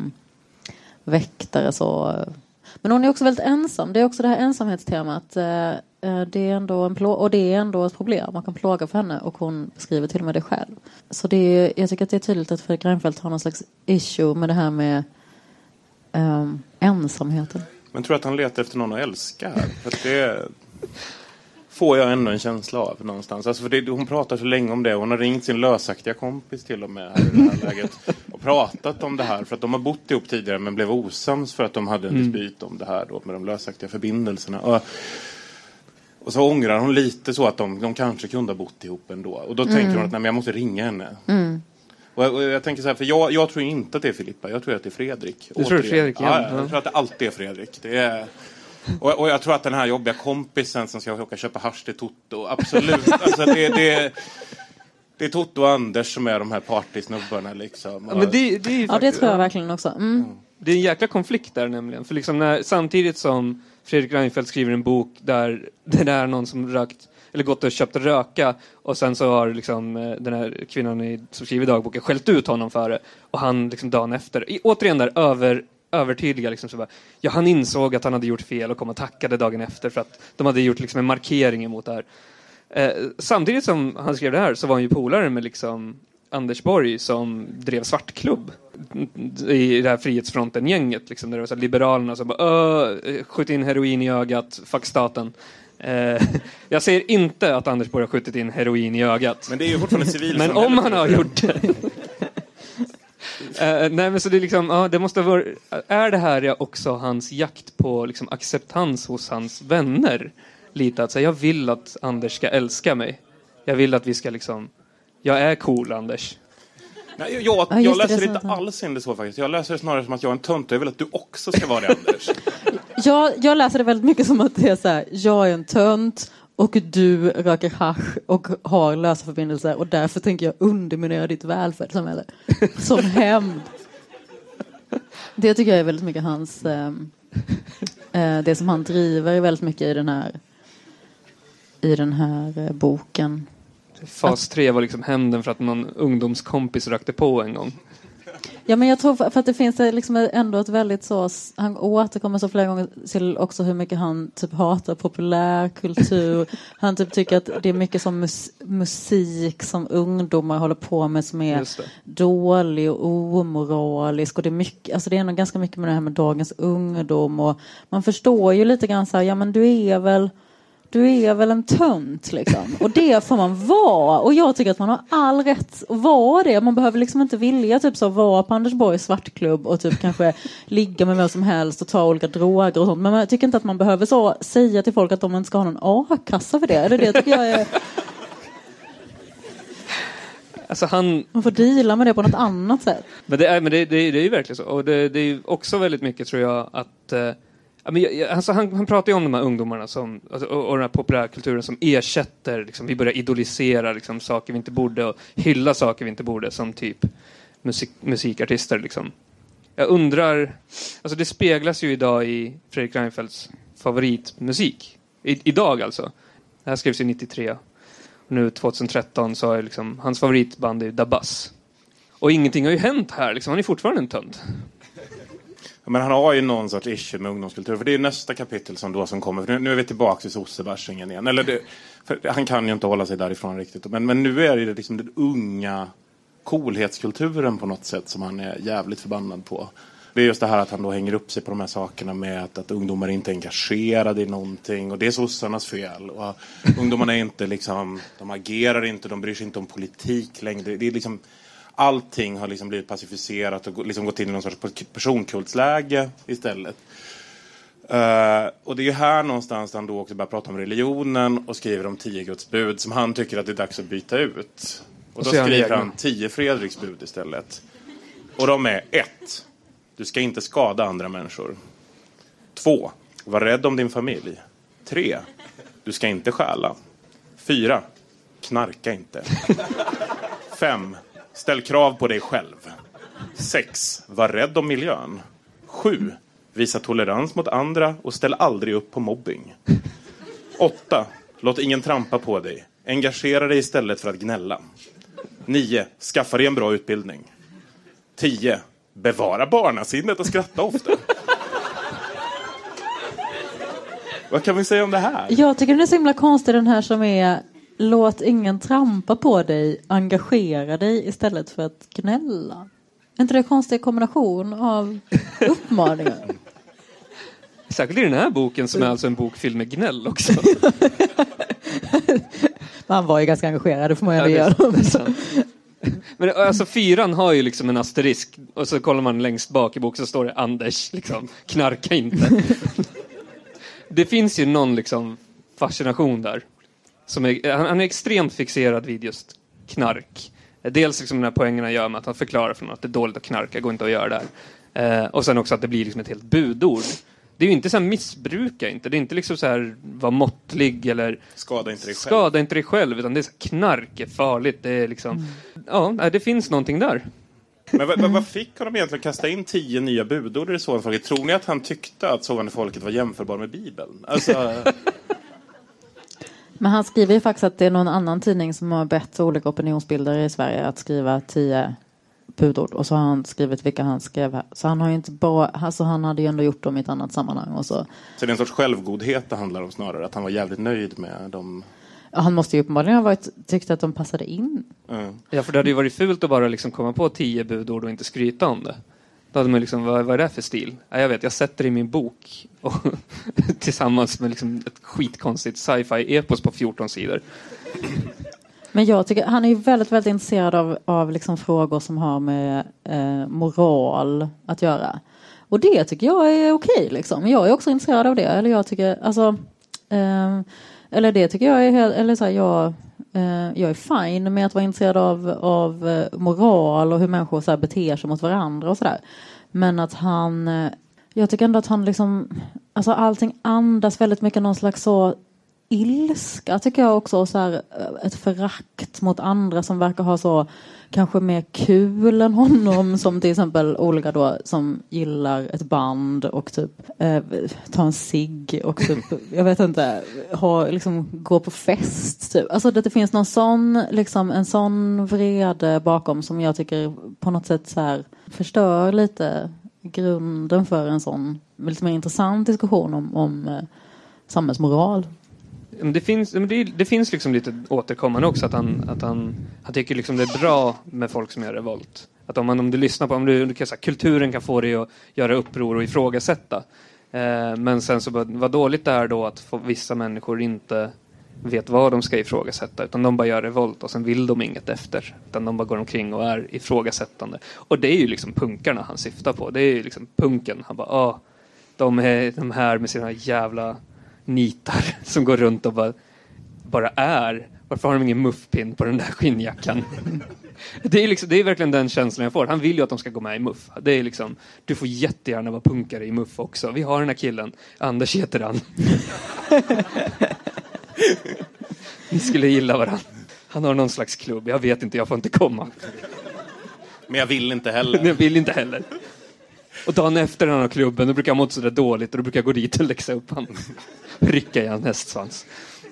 väktare så. Men hon är också väldigt ensam. Det är också det här ensamhetstemat. Det är ändå och det är ändå ett problem. Man kan plåga för henne och hon skriver till och med det själv. Så jag tycker att det är tydligt att Fredrik Reinfeldt har någon slags issue med det här med ensamheten. Men tror att han letar efter någon att älska här? För att det får jag ändå en känsla av någonstans. Alltså för hon pratar så länge om det. Hon har ringt sin lösaktiga kompis till och med här i det här läget. Och pratat om det här. För att de har bott ihop tidigare men blev osams för att de hade en dispyt om det här då, med de lösaktiga förbindelserna. Och så ångrar hon lite så att de kanske kunde ha bott ihop ändå. Och då tänker hon att nej, men jag måste ringa henne. Och jag tänker så här, för jag tror inte att det är Filippa. Jag tror att det är Fredrik. Du tror det är Fredrik? Ja, jag tror att det alltid är Fredrik. Det är... Och jag tror att den här jobbiga kompisen som ska åka köpa hasch till Toto, absolut. Alltså det är Toto och Anders som är de här partysnubbarna liksom. Ja, men det är ju det tror jag verkligen också. Det är en jäkla konflikt där nämligen. För liksom samtidigt som Fredrik Reinfeldt skriver en bok där det är någon som eller gått och köpt röka och sen så har liksom den här kvinnan som skriver dagboken skällt ut honom för det och han liksom dagen efter, återigen där övertydliga liksom så bara, ja, han insåg att han hade gjort fel och kom och tackade dagen efter för att de hade gjort liksom en markering emot det här. Samtidigt som han skrev det här så var han ju polare med liksom Anders Borg som drev svartklubb i det här Frihetsfronten-gänget liksom, där det var så här liberalerna som bara skjut in heroin i ögat, fuck staten. Jag säger inte att Anders Borg har skjutit in heroin i ögat. Men det är ju fortfarande civil. Men om han har gjort det. Nej, men så det är liksom, det måste vara, är det här också hans jakt på liksom acceptans hos hans vänner? Lite att säga, jag vill att Anders ska älska mig. Jag vill att vi ska liksom, jag är cool, Anders. Nej, jag läser det inte alls in det så faktiskt. Jag läser det snarare som att jag är en tönt och jag vill att du också ska vara det, Anders. Jag läser det väldigt mycket som att det är så här, jag är en tönt och du röker hasch och har lösa förbindelser och därför tänker jag underminera ditt välfärdssamhälle som hämnd. Det tycker jag är väldigt mycket hans det som han driver väldigt mycket i den här boken. Fas 3 var liksom hämnden för att någon ungdomskompis rökte på en gång. Ja, men jag tror för att det finns liksom ändå ett väldigt så, han återkommer så flera gånger till också hur mycket han typ hatar populärkultur. Han typ tycker att det är mycket som musik som ungdomar håller på med som är dålig och omoralisk, och det är mycket, alltså det är nog ganska mycket med det här med dagens ungdom, och man förstår ju lite grann så här, ja men du är väl en tönt liksom. Och det får man vara. Och jag tycker att man har all rätt att vara det. Man behöver liksom inte vilja typ så vara på Anders Borgs svartklubb och typ kanske ligga med vem som helst och ta olika droger och sånt. Men jag tycker inte att man behöver så säga till folk att de inte ska ha någon A-kassa för det. Eller det tycker jag är... Alltså man får deala med det på något annat sätt. Men det är ju verkligen så. Och det är också väldigt mycket, tror jag, att... Alltså han pratar ju om de här ungdomarna som, alltså, och den här populärkulturen som ersätter, liksom, vi börjar idolisera liksom, saker vi inte borde och hylla saker vi inte borde, som typ musikartister liksom. Jag undrar, alltså det speglas ju idag i Fredrik Reinfeldts favoritmusik idag alltså. Det här skrevs ju 93 och nu 2013 så är liksom, hans favoritband är Dabas. Och ingenting har ju hänt här liksom, han är fortfarande en tönt. Men han har ju någon sorts issue med ungdomskultur. För det är nästa kapitel som kommer. För nu är vi tillbaka i sossebärsingen igen. Eller han kan ju inte hålla sig därifrån riktigt. Men nu är det liksom den unga coolhetskulturen på något sätt som han är jävligt förbannad på. Det är just det här att han då hänger upp sig på de här sakerna med att ungdomar inte är engagerade i någonting. Och det är sossarnas fel. Och ungdomarna är inte liksom, de agerar inte, de bryr sig inte om politik längre. Det är liksom... Allting har liksom blivit pacificerat och liksom gått in i någon sorts personkultsläge istället. Och det är ju här någonstans han då också börjar prata om religionen och skriver om 10 Guds bud som han tycker att det är dags att byta ut. Och då skriver han 10 Fredriks bud istället. Och de är 1. Du ska inte skada andra människor. 2. Var rädd om din familj. 3. Du ska inte stjäla. 4. Knarka inte. 5. Ställ krav på dig själv. 6. Var rädd om miljön. 7. Visa tolerans mot andra och ställ aldrig upp på mobbing. 8. Låt ingen trampa på dig. Engagera dig istället för att gnälla. 9. Skaffa dig en bra utbildning. 10. Bevara barnasinnet och skratta ofta. Vad kan vi säga om det här? Jag tycker den är så himla konstig, den här som är... Låt ingen trampa på dig, engagera dig istället för att gnälla. Är inte det en konstig kombination av uppmaningar? Särskilt i den här boken som är alltså en bok fylld med gnäll också. Man var ju ganska engagerad, det får man ju göra. Men alltså 4 har ju liksom en asterisk och så kollar man längst bak i boken så står det Anders, liksom, knarka inte. Det finns ju någon liksom fascination där. Han är extremt fixerad vid just knark. Dels liksom den här poängen han gör med att han förklarar för någon att det är dåligt att knarka, går inte att göra där. Och sen också att det blir liksom ett helt budord. Det är ju inte så här missbruka inte. Det är inte liksom så här var måttlig eller skada inte dig själv, utan det är så här, knark är farligt. Det är liksom ja, det finns någonting där. Men vad fick honom egentligen kasta in 10 nya budord i det sovande folket? Tror ni att han tyckte att sovande folket var jämförbar med Bibeln? Alltså... Men han skriver ju faktiskt att det är någon annan tidning som har bett olika opinionsbildare i Sverige att skriva 10 budord. Och så har han skrivit vilka han skrev här. Så han har ju inte bara, alltså han hade ju ändå gjort dem i ett annat sammanhang. Och så det är en sorts självgodhet det handlar om snarare. Att han var jävligt nöjd med dem. Ja, han måste ju uppenbarligen ha tyckt att de passade in. Ja, för det hade ju varit fult att bara liksom komma på 10 budord och inte skryta om det. Då hade man liksom, vad är det för stil? Ja, jag vet, jag sätter det i min bok. Och tillsammans med liksom ett skitkonstigt sci-fi-epos på 14 sidor. Men jag tycker, han är ju väldigt, väldigt intresserad av liksom frågor som har med moral att göra. Och det tycker jag är okej liksom. Jag är också intresserad av det. Eller jag tycker, alltså... eller det tycker jag är helt... Eller så här, jag är fine med att vara intresserad av moral och hur människor så här beter sig mot varandra och sådär. Men att han... Jag tycker ändå att han liksom... Alltså allting andas väldigt mycket någon slags så ilska tycker jag också. Och så här, ett förakt mot andra som verkar ha så kanske mer kul än honom. Som till exempel olika då som gillar ett band och typ ta en cigg och typ, jag vet inte, liksom, gå på fest typ. Alltså det finns någon sån, liksom, en sån vrede bakom som jag tycker på något sätt så här förstör lite grunden för en sån lite mer intressant diskussion om samhällsmoral. Det finns liksom lite återkommande också att han tycker liksom det är bra med folk som gör revolt. Att om du lyssnar på, om du kan säga, kulturen kan få dig att göra uppror och ifrågasätta. Men sen så vad dåligt det är då att vissa människor inte vet vad de ska ifrågasätta, utan de bara gör revolt och sen vill de inget efter, utan de bara går omkring och är ifrågasättande. Och det är ju liksom punkarna han syftar på. Det är ju liksom punken. Han bara, de här med sina jävla nitar som går runt och bara är. Varför har de ingen muffpin på den där skinnjackan? Det är verkligen den känslan jag får. Han vill ju att de ska gå med i muff. Det är liksom, du får jättegärna vara punkare i muff också. Vi har den här killen, Anders heter han. Ni skulle gilla varandra. Han har någon slags klubb. Jag vet inte, jag får inte komma. Men jag vill inte heller. Jag vill inte heller. Och dagen efter den här klubben, då brukar jag må så där dåligt och då brukar jag gå dit och läxa upp han. Rycka i en hästsvans.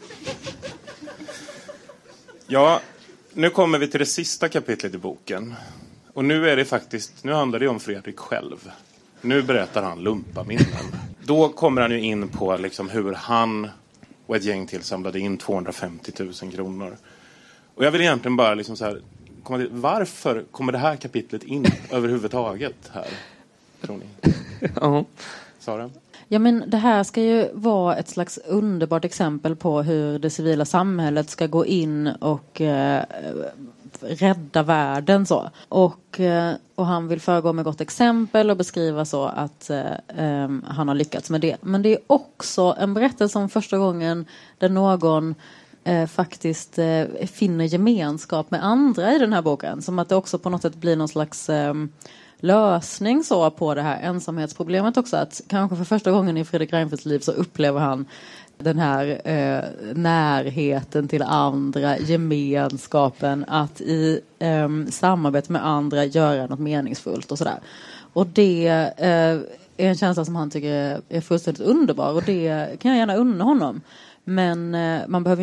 Ja, nu kommer vi till det sista kapitlet i boken. Och nu handlar det om Fredrik själv. Nu berättar han lumpaminnen. Då kommer han ju in på liksom hur han och ett gäng till samlade in 250 000 kronor. Och jag vill egentligen bara liksom så här, varför kommer det här kapitlet in överhuvudtaget här? Tror ni? Ja. Sara? Ja, men det här ska ju vara ett slags underbart exempel på hur det civila samhället ska gå in och rädda världen så. Och han vill föregå med gott exempel och beskriva så att han har lyckats med det. Men det är också en berättelse om första gången där någon faktiskt finner gemenskap med andra i den här boken. Som att det också på något sätt blir någon slags lösning så på det här ensamhetsproblemet också. Att kanske för första gången i Fredrik Reinfeldts liv så upplever han den här närheten till andra, gemenskapen, att i samarbete med andra göra något meningsfullt och sådär. Och det är en känsla som han tycker är fullständigt underbar, och det kan jag gärna unna honom. Men man behöver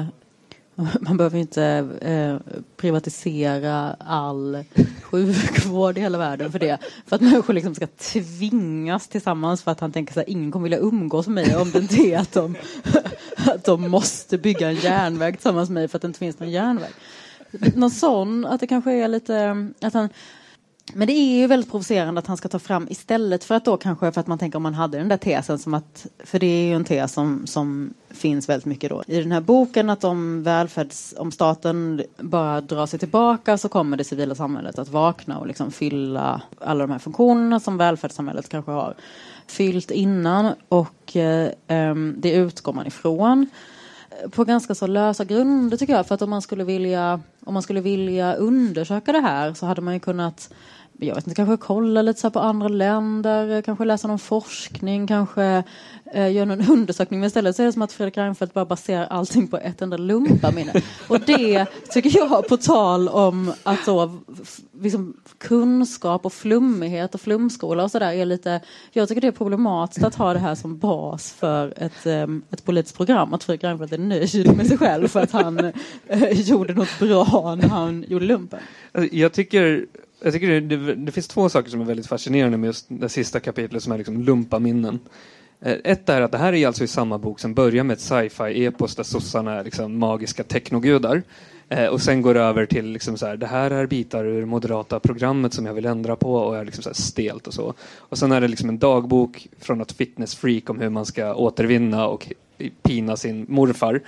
ju inte privatisera all sjukvård i hela världen för det. För att människor liksom ska tvingas tillsammans för att han tänker så här, ingen kommer vilja umgås med mig om det inte är att de måste bygga en järnväg tillsammans med mig för att det inte finns någon järnväg. Någon sån, att det kanske är lite att han... Men det är ju väldigt provocerande att han ska ta fram istället för att då kanske, för att man tänker om man hade den där tesen som att, för det är ju en tes som finns väldigt mycket då i den här boken, att om staten bara drar sig tillbaka så kommer det civila samhället att vakna och liksom fylla alla de här funktionerna som välfärdssamhället kanske har fyllt innan, och det utgår man ifrån på ganska så lösa grunder tycker jag, för att om man skulle vilja undersöka det här så hade man ju kunnat jag vet inte, kanske kolla lite så här på andra länder, kanske läsa någon forskning, kanske göra någon undersökning. Men istället så är det som att Fredrik Reinfeldt bara baserar allting på ett enda lumparminne. Och det tycker jag, på tal om att då, liksom, kunskap och flummighet och flumskola och sådär är lite, jag tycker det är problematiskt att ha det här som bas för ett politiskt program, att Fredrik Reinfeldt är nöjd med sig själv för att han gjorde något bra när han gjorde lumpen. Jag tycker det finns två saker som är väldigt fascinerande med just det sista kapitlet, som är liksom lumpaminnen. Ett är att det här är alltså i samma bok som börjar med ett sci-fi-epos där sossarna är liksom magiska teknogudar. Och sen går det över till liksom så här, det här är bitar ur moderata programmet som jag vill ändra på, och är liksom så här stelt och så. Och sen är det liksom en dagbok från ett fitnessfreak om hur man ska återvinna och pina sin morfar.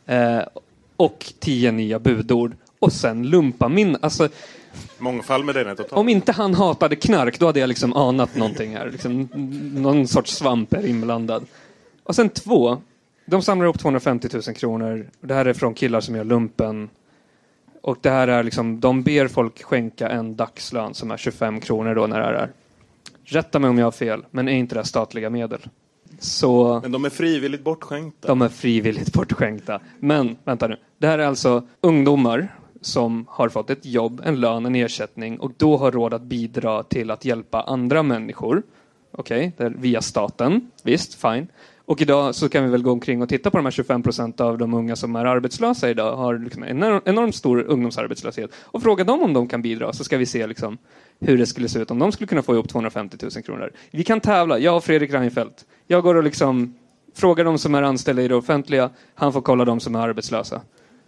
Och 10 nya budord. Och sen lumpamin. Alltså, mångfald med den totalt. om inte han hatade knark, då hade jag liksom anat någonting här. Liksom, någon sorts svamp är inblandad. Och sen 2. De samlar upp 250 000 kronor. Det här är från killar som gör lumpen. Och det här är liksom, de ber folk skänka en dagslön som är 25 kronor då när det är. Rätta mig om jag har fel, men är inte det statliga medel? Så men de är frivilligt bortskänkta. De är frivilligt bortskänkta. Men, vänta nu. Det här är alltså ungdomar som har fått ett jobb, en lön, en ersättning, och då har råd att bidra till att hjälpa andra människor. Okej, via staten. Visst, fine. Och idag så kan vi väl gå omkring och titta på de här 25% av de unga som är arbetslösa idag, har liksom en enormt stor ungdomsarbetslöshet, och fråga dem om de kan bidra, så ska vi se liksom hur det skulle se ut om de skulle kunna få ihop 250 000 kronor. Vi kan tävla, jag och Fredrik Reinfeldt. Jag går och liksom frågar de som är anställda i det offentliga, han får kolla de som är arbetslösa.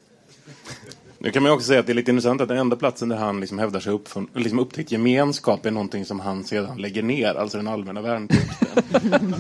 Nu kan man också säga att det är lite intressant att den enda platsen där han liksom hävdar sig liksom upptäckt gemenskap är någonting som han sedan lägger ner, alltså den allmänna värnplikten.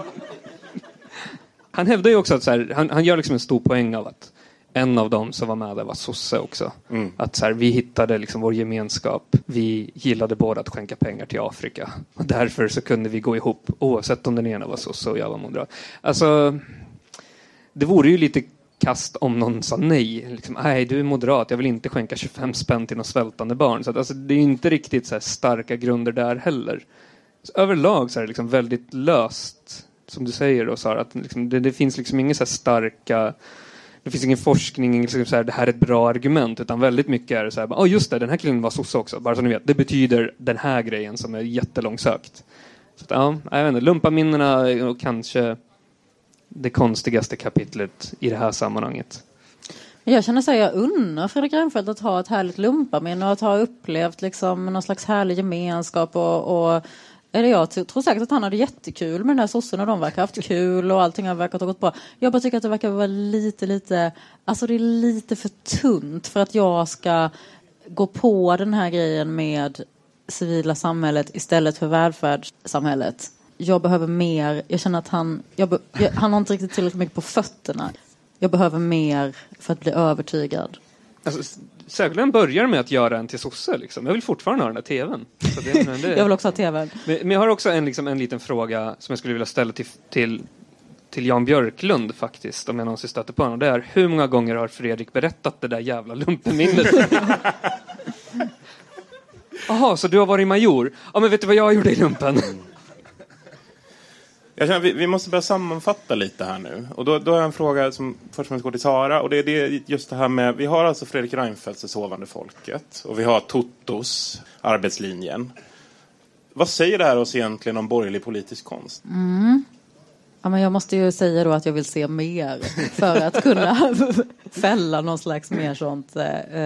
Han hävdar ju också att så här, han gör liksom en stor poäng av att en av dem som var med där var sosse också. Att så här, vi hittade liksom vår gemenskap. Vi gillade båda att skänka pengar till Afrika. Och därför så kunde vi gå ihop oavsett om den ena var sosse och jag var moderat. Alltså, det vore ju lite kast om någon sa nej. Liksom, nej, du är moderat. Jag vill inte skänka 25 spänn till någon svältande barn. Så att, alltså, det är inte riktigt så här starka grunder där heller. Så överlag så är det liksom väldigt löst. Som du säger då, Sara, att liksom, det finns liksom ingen så här starka, det finns ingen forskning, liksom så här, det här är ett bra argument, utan väldigt mycket är det så här, just det, den här killen var sosse också, bara så ni vet, det betyder den här grejen som är jättelångsökt. Så att, jag vet inte, lumpaminnena och kanske det konstigaste kapitlet i det här sammanhanget. Jag känner sig, jag unnar Fredrik Reinfeldt att ha ett härligt lumpaminne och att ha upplevt liksom någon slags härlig gemenskap och eller jag tror säkert att han hade jättekul med den här sossen, och de verkar haft kul och allting har verkat ha gått bra. Jag bara tycker att det verkar vara lite, alltså det är lite för tunt för att jag ska gå på den här grejen med civila samhället istället för välfärdssamhället. Jag behöver mer, jag känner att han har inte riktigt tillräckligt mycket på fötterna. Jag behöver mer för att bli övertygad. Alltså, särskilt börjar med att göra en till sosse. Liksom. Jag vill fortfarande ha den där tvn. Så jag vill också ha tvn. Men jag har också en liten fråga som jag skulle vilja ställa till Jan Björklund faktiskt. Om jag någonsin stöter på honom. Det är, hur många gånger har Fredrik berättat det där jävla lumpenminnet? Jaha, så du har varit major? Ja, men vet du vad jag gjorde i lumpen? Jag känner, vi måste börja sammanfatta lite här nu. Och då har jag en fråga som först och främst går till Sara. Och det är just det här med, vi har alltså Fredrik Reinfeldts Det sovande folket. Och vi har Totos Arbetslinjen. Vad säger det här oss egentligen om borgerlig politisk konst? Ja, men jag måste ju säga då att jag vill se mer för att kunna fälla någon slags mer sånt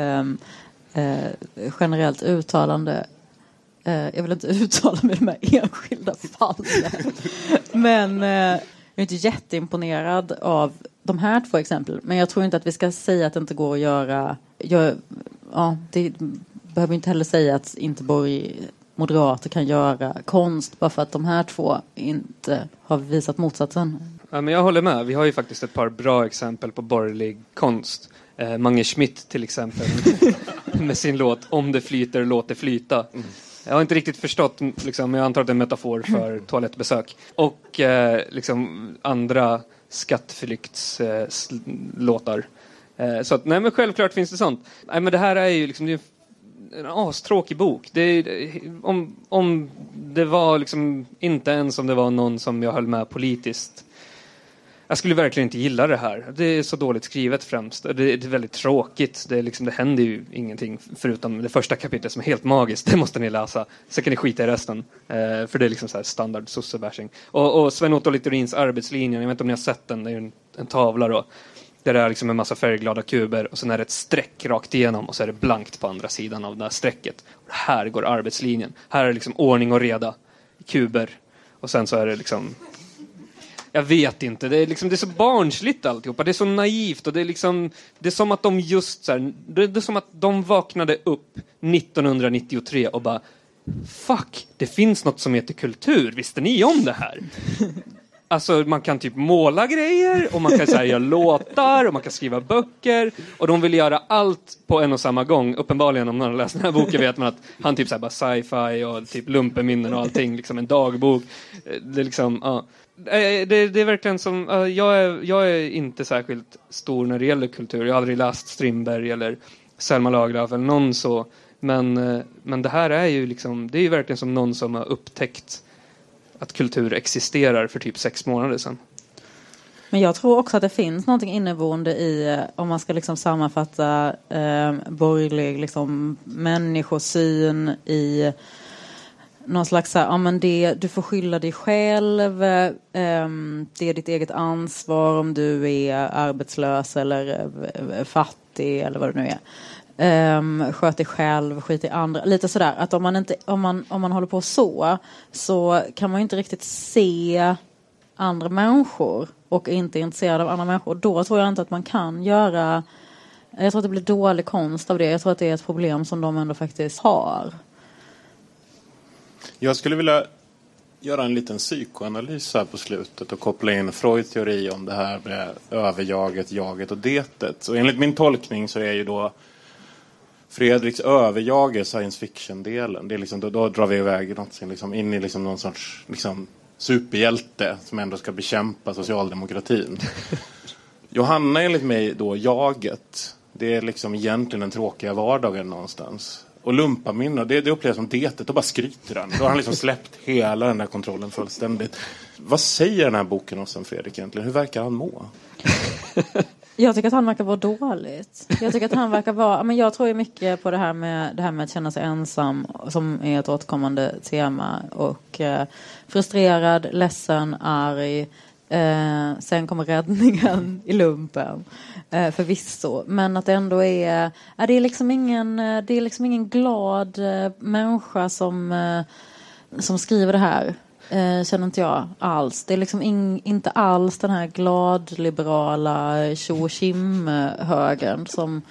generellt uttalande. Jag vill inte uttala mig i de här enskilda fallen. Men jag är inte jätteimponerad av de här 2 exempel. Men jag tror inte att vi ska säga att det inte går att göra. Det behöver inte heller säga att inte moderater kan göra konst bara för att de här 2 inte har visat motsatsen. Ja, men jag håller med. Vi har ju faktiskt ett par bra exempel på borgerlig konst. Mange Schmidt till exempel med sin låt Om det flyter, låt det flyta. Jag har inte riktigt förstått, liksom, jag antar att det är en metafor för toalettbesök. Och liksom andra skatteflyktslåtar. Så att, nej, men självklart finns det sånt. Nej, men det här är ju liksom, en astråkig bok. Om det var liksom inte ens om det var någon som jag höll med politiskt. Jag skulle verkligen inte gilla det här. Det är så dåligt skrivet främst. Det är väldigt tråkigt. Det händer ju ingenting förutom det första kapitlet som är helt magiskt. Det måste ni läsa. Sen kan ni skita i resten. För det är liksom så här standard sossebashing. Och Sven-Otto Littorins arbetslinjen, jag vet inte om ni har sett den. Det är ju en tavla då. Där det är liksom en massa färgglada kuber. Och sen är det ett streck rakt igenom. Och så är det blankt på andra sidan av det här strecket. Och här går arbetslinjen. Här är det liksom ordning och reda. Kuber. Och sen så är det liksom... Jag vet inte, det är så barnsligt alltihopa, det är så naivt och det är som att de just så här, det är som att de vaknade upp 1993 och bara fuck, det finns något som heter kultur, visste ni om det här? Alltså man kan typ måla grejer och man kan så här, göra låtar och man kan skriva böcker och de vill göra allt på en och samma gång. Uppenbarligen om någon har läst den här boken vet man att han typ så här bara sci-fi och typ lumpenminnen och allting, liksom en dagbok. Det är liksom, ja. Det är verkligen som, jag är inte särskilt stor när det gäller kultur. Jag har aldrig läst Strindberg eller Selma Lagerlöf eller någon så. Men det här är ju liksom, det är ju verkligen som någon som har upptäckt att kultur existerar för typ 6 månader sedan. Men jag tror också att det finns någonting inneboende i, om man ska liksom sammanfatta borgerlig liksom människosyn i någon slags så här, ja men du får skylla dig själv, det är ditt eget ansvar om du är arbetslös eller fattig eller vad det nu är. Sköt dig själv, skit i andra, lite sådär att om man håller på så kan man ju inte riktigt se andra människor och inte är intresserad av andra människor. Då tror jag inte att man kan göra, jag tror att det blir dålig konst av det. Jag tror att det är ett problem som de ändå faktiskt har. Jag skulle vilja göra en liten psykoanalys här på slutet och koppla in Freuds teori om det här med överjaget, jaget och detet. Så enligt min tolkning så är ju då Fredriks överjag science fiction-delen. Det är liksom, då drar vi iväg något liksom in i liksom någon sorts liksom superhjälte som ändå ska bekämpa socialdemokratin. Johanna enligt mig då jaget. Det är liksom egentligen den tråkiga vardagen någonstans. Och Lumpaminne, det upplevs som detet, och bara skryter han. Då har han liksom släppt hela den där kontrollen fullständigt. Vad säger den här boken oss om Fredrik egentligen? Hur verkar han må? Jag tycker att han verkar vara dåligt. Jag tycker att han verkar vara, men jag tror ju mycket på det här med att känna sig ensam som är ett återkommande tema och frustrerad, ledsen, arg. Sen kommer räddningen i lumpen förvisso, men att det ändå är det är liksom ingen glad människa som skriver det här, känner inte jag alls. Det är liksom inte alls den här glad liberala tjo-kim-högern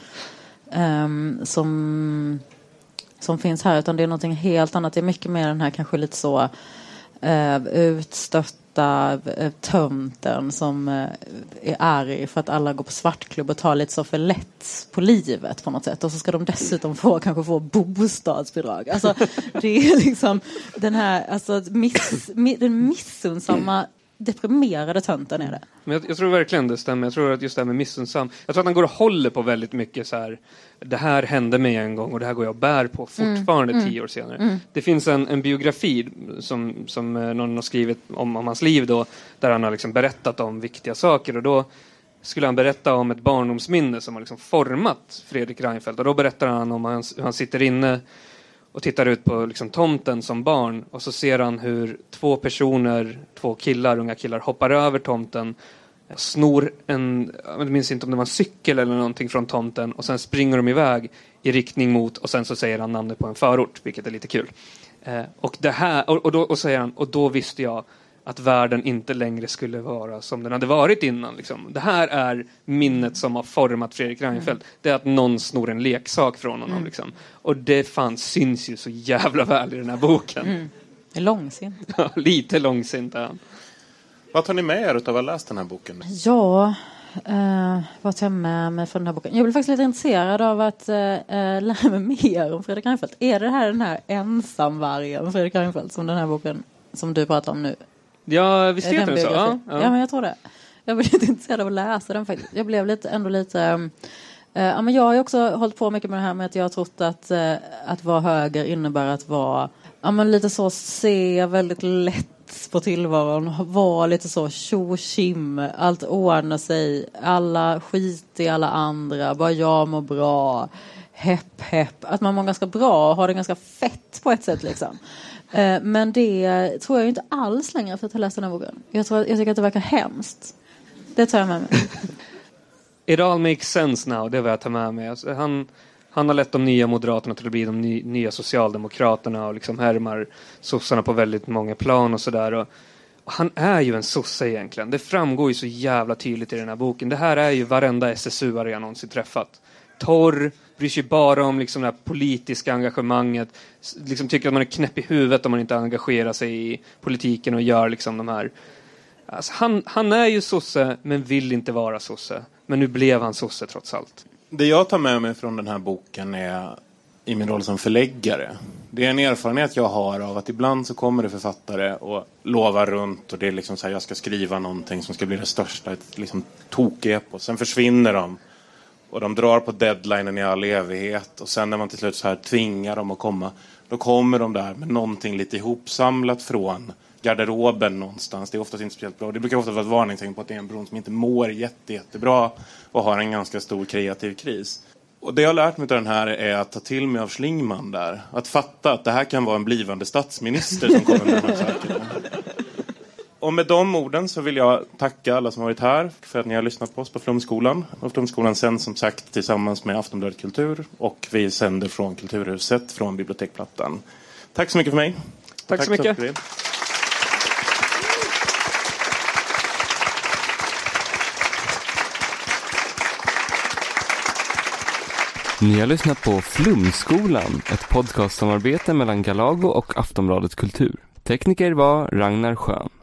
som finns här, utan det är någonting helt annat. Det är mycket mer den här kanske lite så utstötta tönten som är arg för att alla går på svartklubb och tar lite så för lätt på livet på något sätt, och så ska de dessutom kanske få bostadsbidrag. Alltså det är liksom den här alltså den missunnsamma deprimerade tönten är det. Men jag tror verkligen det stämmer. Jag tror att just det här med missunnsam, jag tror att han går och håller på väldigt mycket så här, det här hände mig en gång och det här går jag och bär på fortfarande 10 år senare. Det finns en biografi som någon har skrivit om hans liv då, där han har liksom berättat om viktiga saker, och då skulle han berätta om ett barndomsminne som har liksom format Fredrik Reinfeldt, och då berättar han om hur han sitter inne och tittar ut på liksom tomten som barn, och så ser han hur 2 unga killar hoppar över tomten, snor jag minns inte om det var en cykel eller någonting från tomten, och sen springer de iväg i riktning mot, och sen så säger han namnet på en förort, vilket är lite kul. Och det här, och säger han, och då visste jag att världen inte längre skulle vara som den hade varit innan. Liksom. Det här är minnet som har format Fredrik Reinfeldt. Det är att någon snor en leksak från honom. Liksom. Och det syns ju så jävla väl i den här boken. Det är långsint. Ja, lite långsint är han. Vad tar ni med er av att ha läst den här boken? Ja, vad tar jag med mig från den här boken? Jag blir faktiskt lite intresserad av att lära mig mer om Fredrik Reinfeldt. Är det här den här ensamvargen Fredrik Reinfeldt som den här boken som du pratar om nu? Ja, visst heter den så? Ja, men jag tror det. Jag blev lite intresserad av att läsa den faktiskt. Jag blev lite Men jag har ju också hållit på mycket med det här med att jag har trott att vara höger innebär att vara lite så, se väldigt lätt på tillvaron, vara lite så tjo-tjim, allt ordnar sig, alla skit i alla andra, bara jag mår bra, hepp, att man mår ganska bra och har det ganska fett på ett sätt liksom. Men det tror jag inte alls längre efter att ha läst den här boken. Jag tycker att det verkar hemskt. Det tar jag med mig. It all makes sense now, det är vad jag tar med mig. Alltså, han har lett de nya Moderaterna till att bli de nya Socialdemokraterna och liksom härmar sossarna på väldigt många plan och sådär. Och han är ju en sosse egentligen. Det framgår ju så jävla tydligt i den här boken. Det här är ju varenda SSU-are jag någonsin träffat. Torr, bryr sig bara om liksom det här politiska engagemanget. Liksom tycker att man är knäpp i huvudet om man inte engagerar sig i politiken och gör liksom de här... Alltså, han är ju sosse men vill inte vara sosse. Men nu blev han sosse trots allt. Det jag tar med mig från den här boken är i min roll som förläggare. Det är en erfarenhet jag har av att ibland så kommer det författare och lovar runt och det är liksom så här, jag ska skriva någonting som ska bli det största, ett liksom tokepos. Sen försvinner de och de drar på deadlinen i all evighet och sen när man till slut så här tvingar dem att komma, då kommer de där med någonting lite ihopsamlat från garderoben någonstans. Det är oftast inte speciellt bra. Det brukar ofta vara ett varningstecken på att det är en person som inte mår jättebra och har en ganska stor kreativ kris. Och det jag har lärt mig av den här är att ta till mig av Schlingmann där. Att fatta att det här kan vara en blivande statsminister som kommer med de här sakerna. Och med de orden så vill jag tacka alla som har varit här för att ni har lyssnat på oss på Flumskolan. Och Flumskolan sänds som sagt tillsammans med Aftonbladet Kultur och vi sänder från Kulturhuset från Bibliotekplattan. Tack så mycket för mig. Tack så mycket. Ni har lyssnat på Flumskolan, ett podcastsamarbete mellan Galago och Aftonbladet Kultur. Tekniker var Ragnar Schön.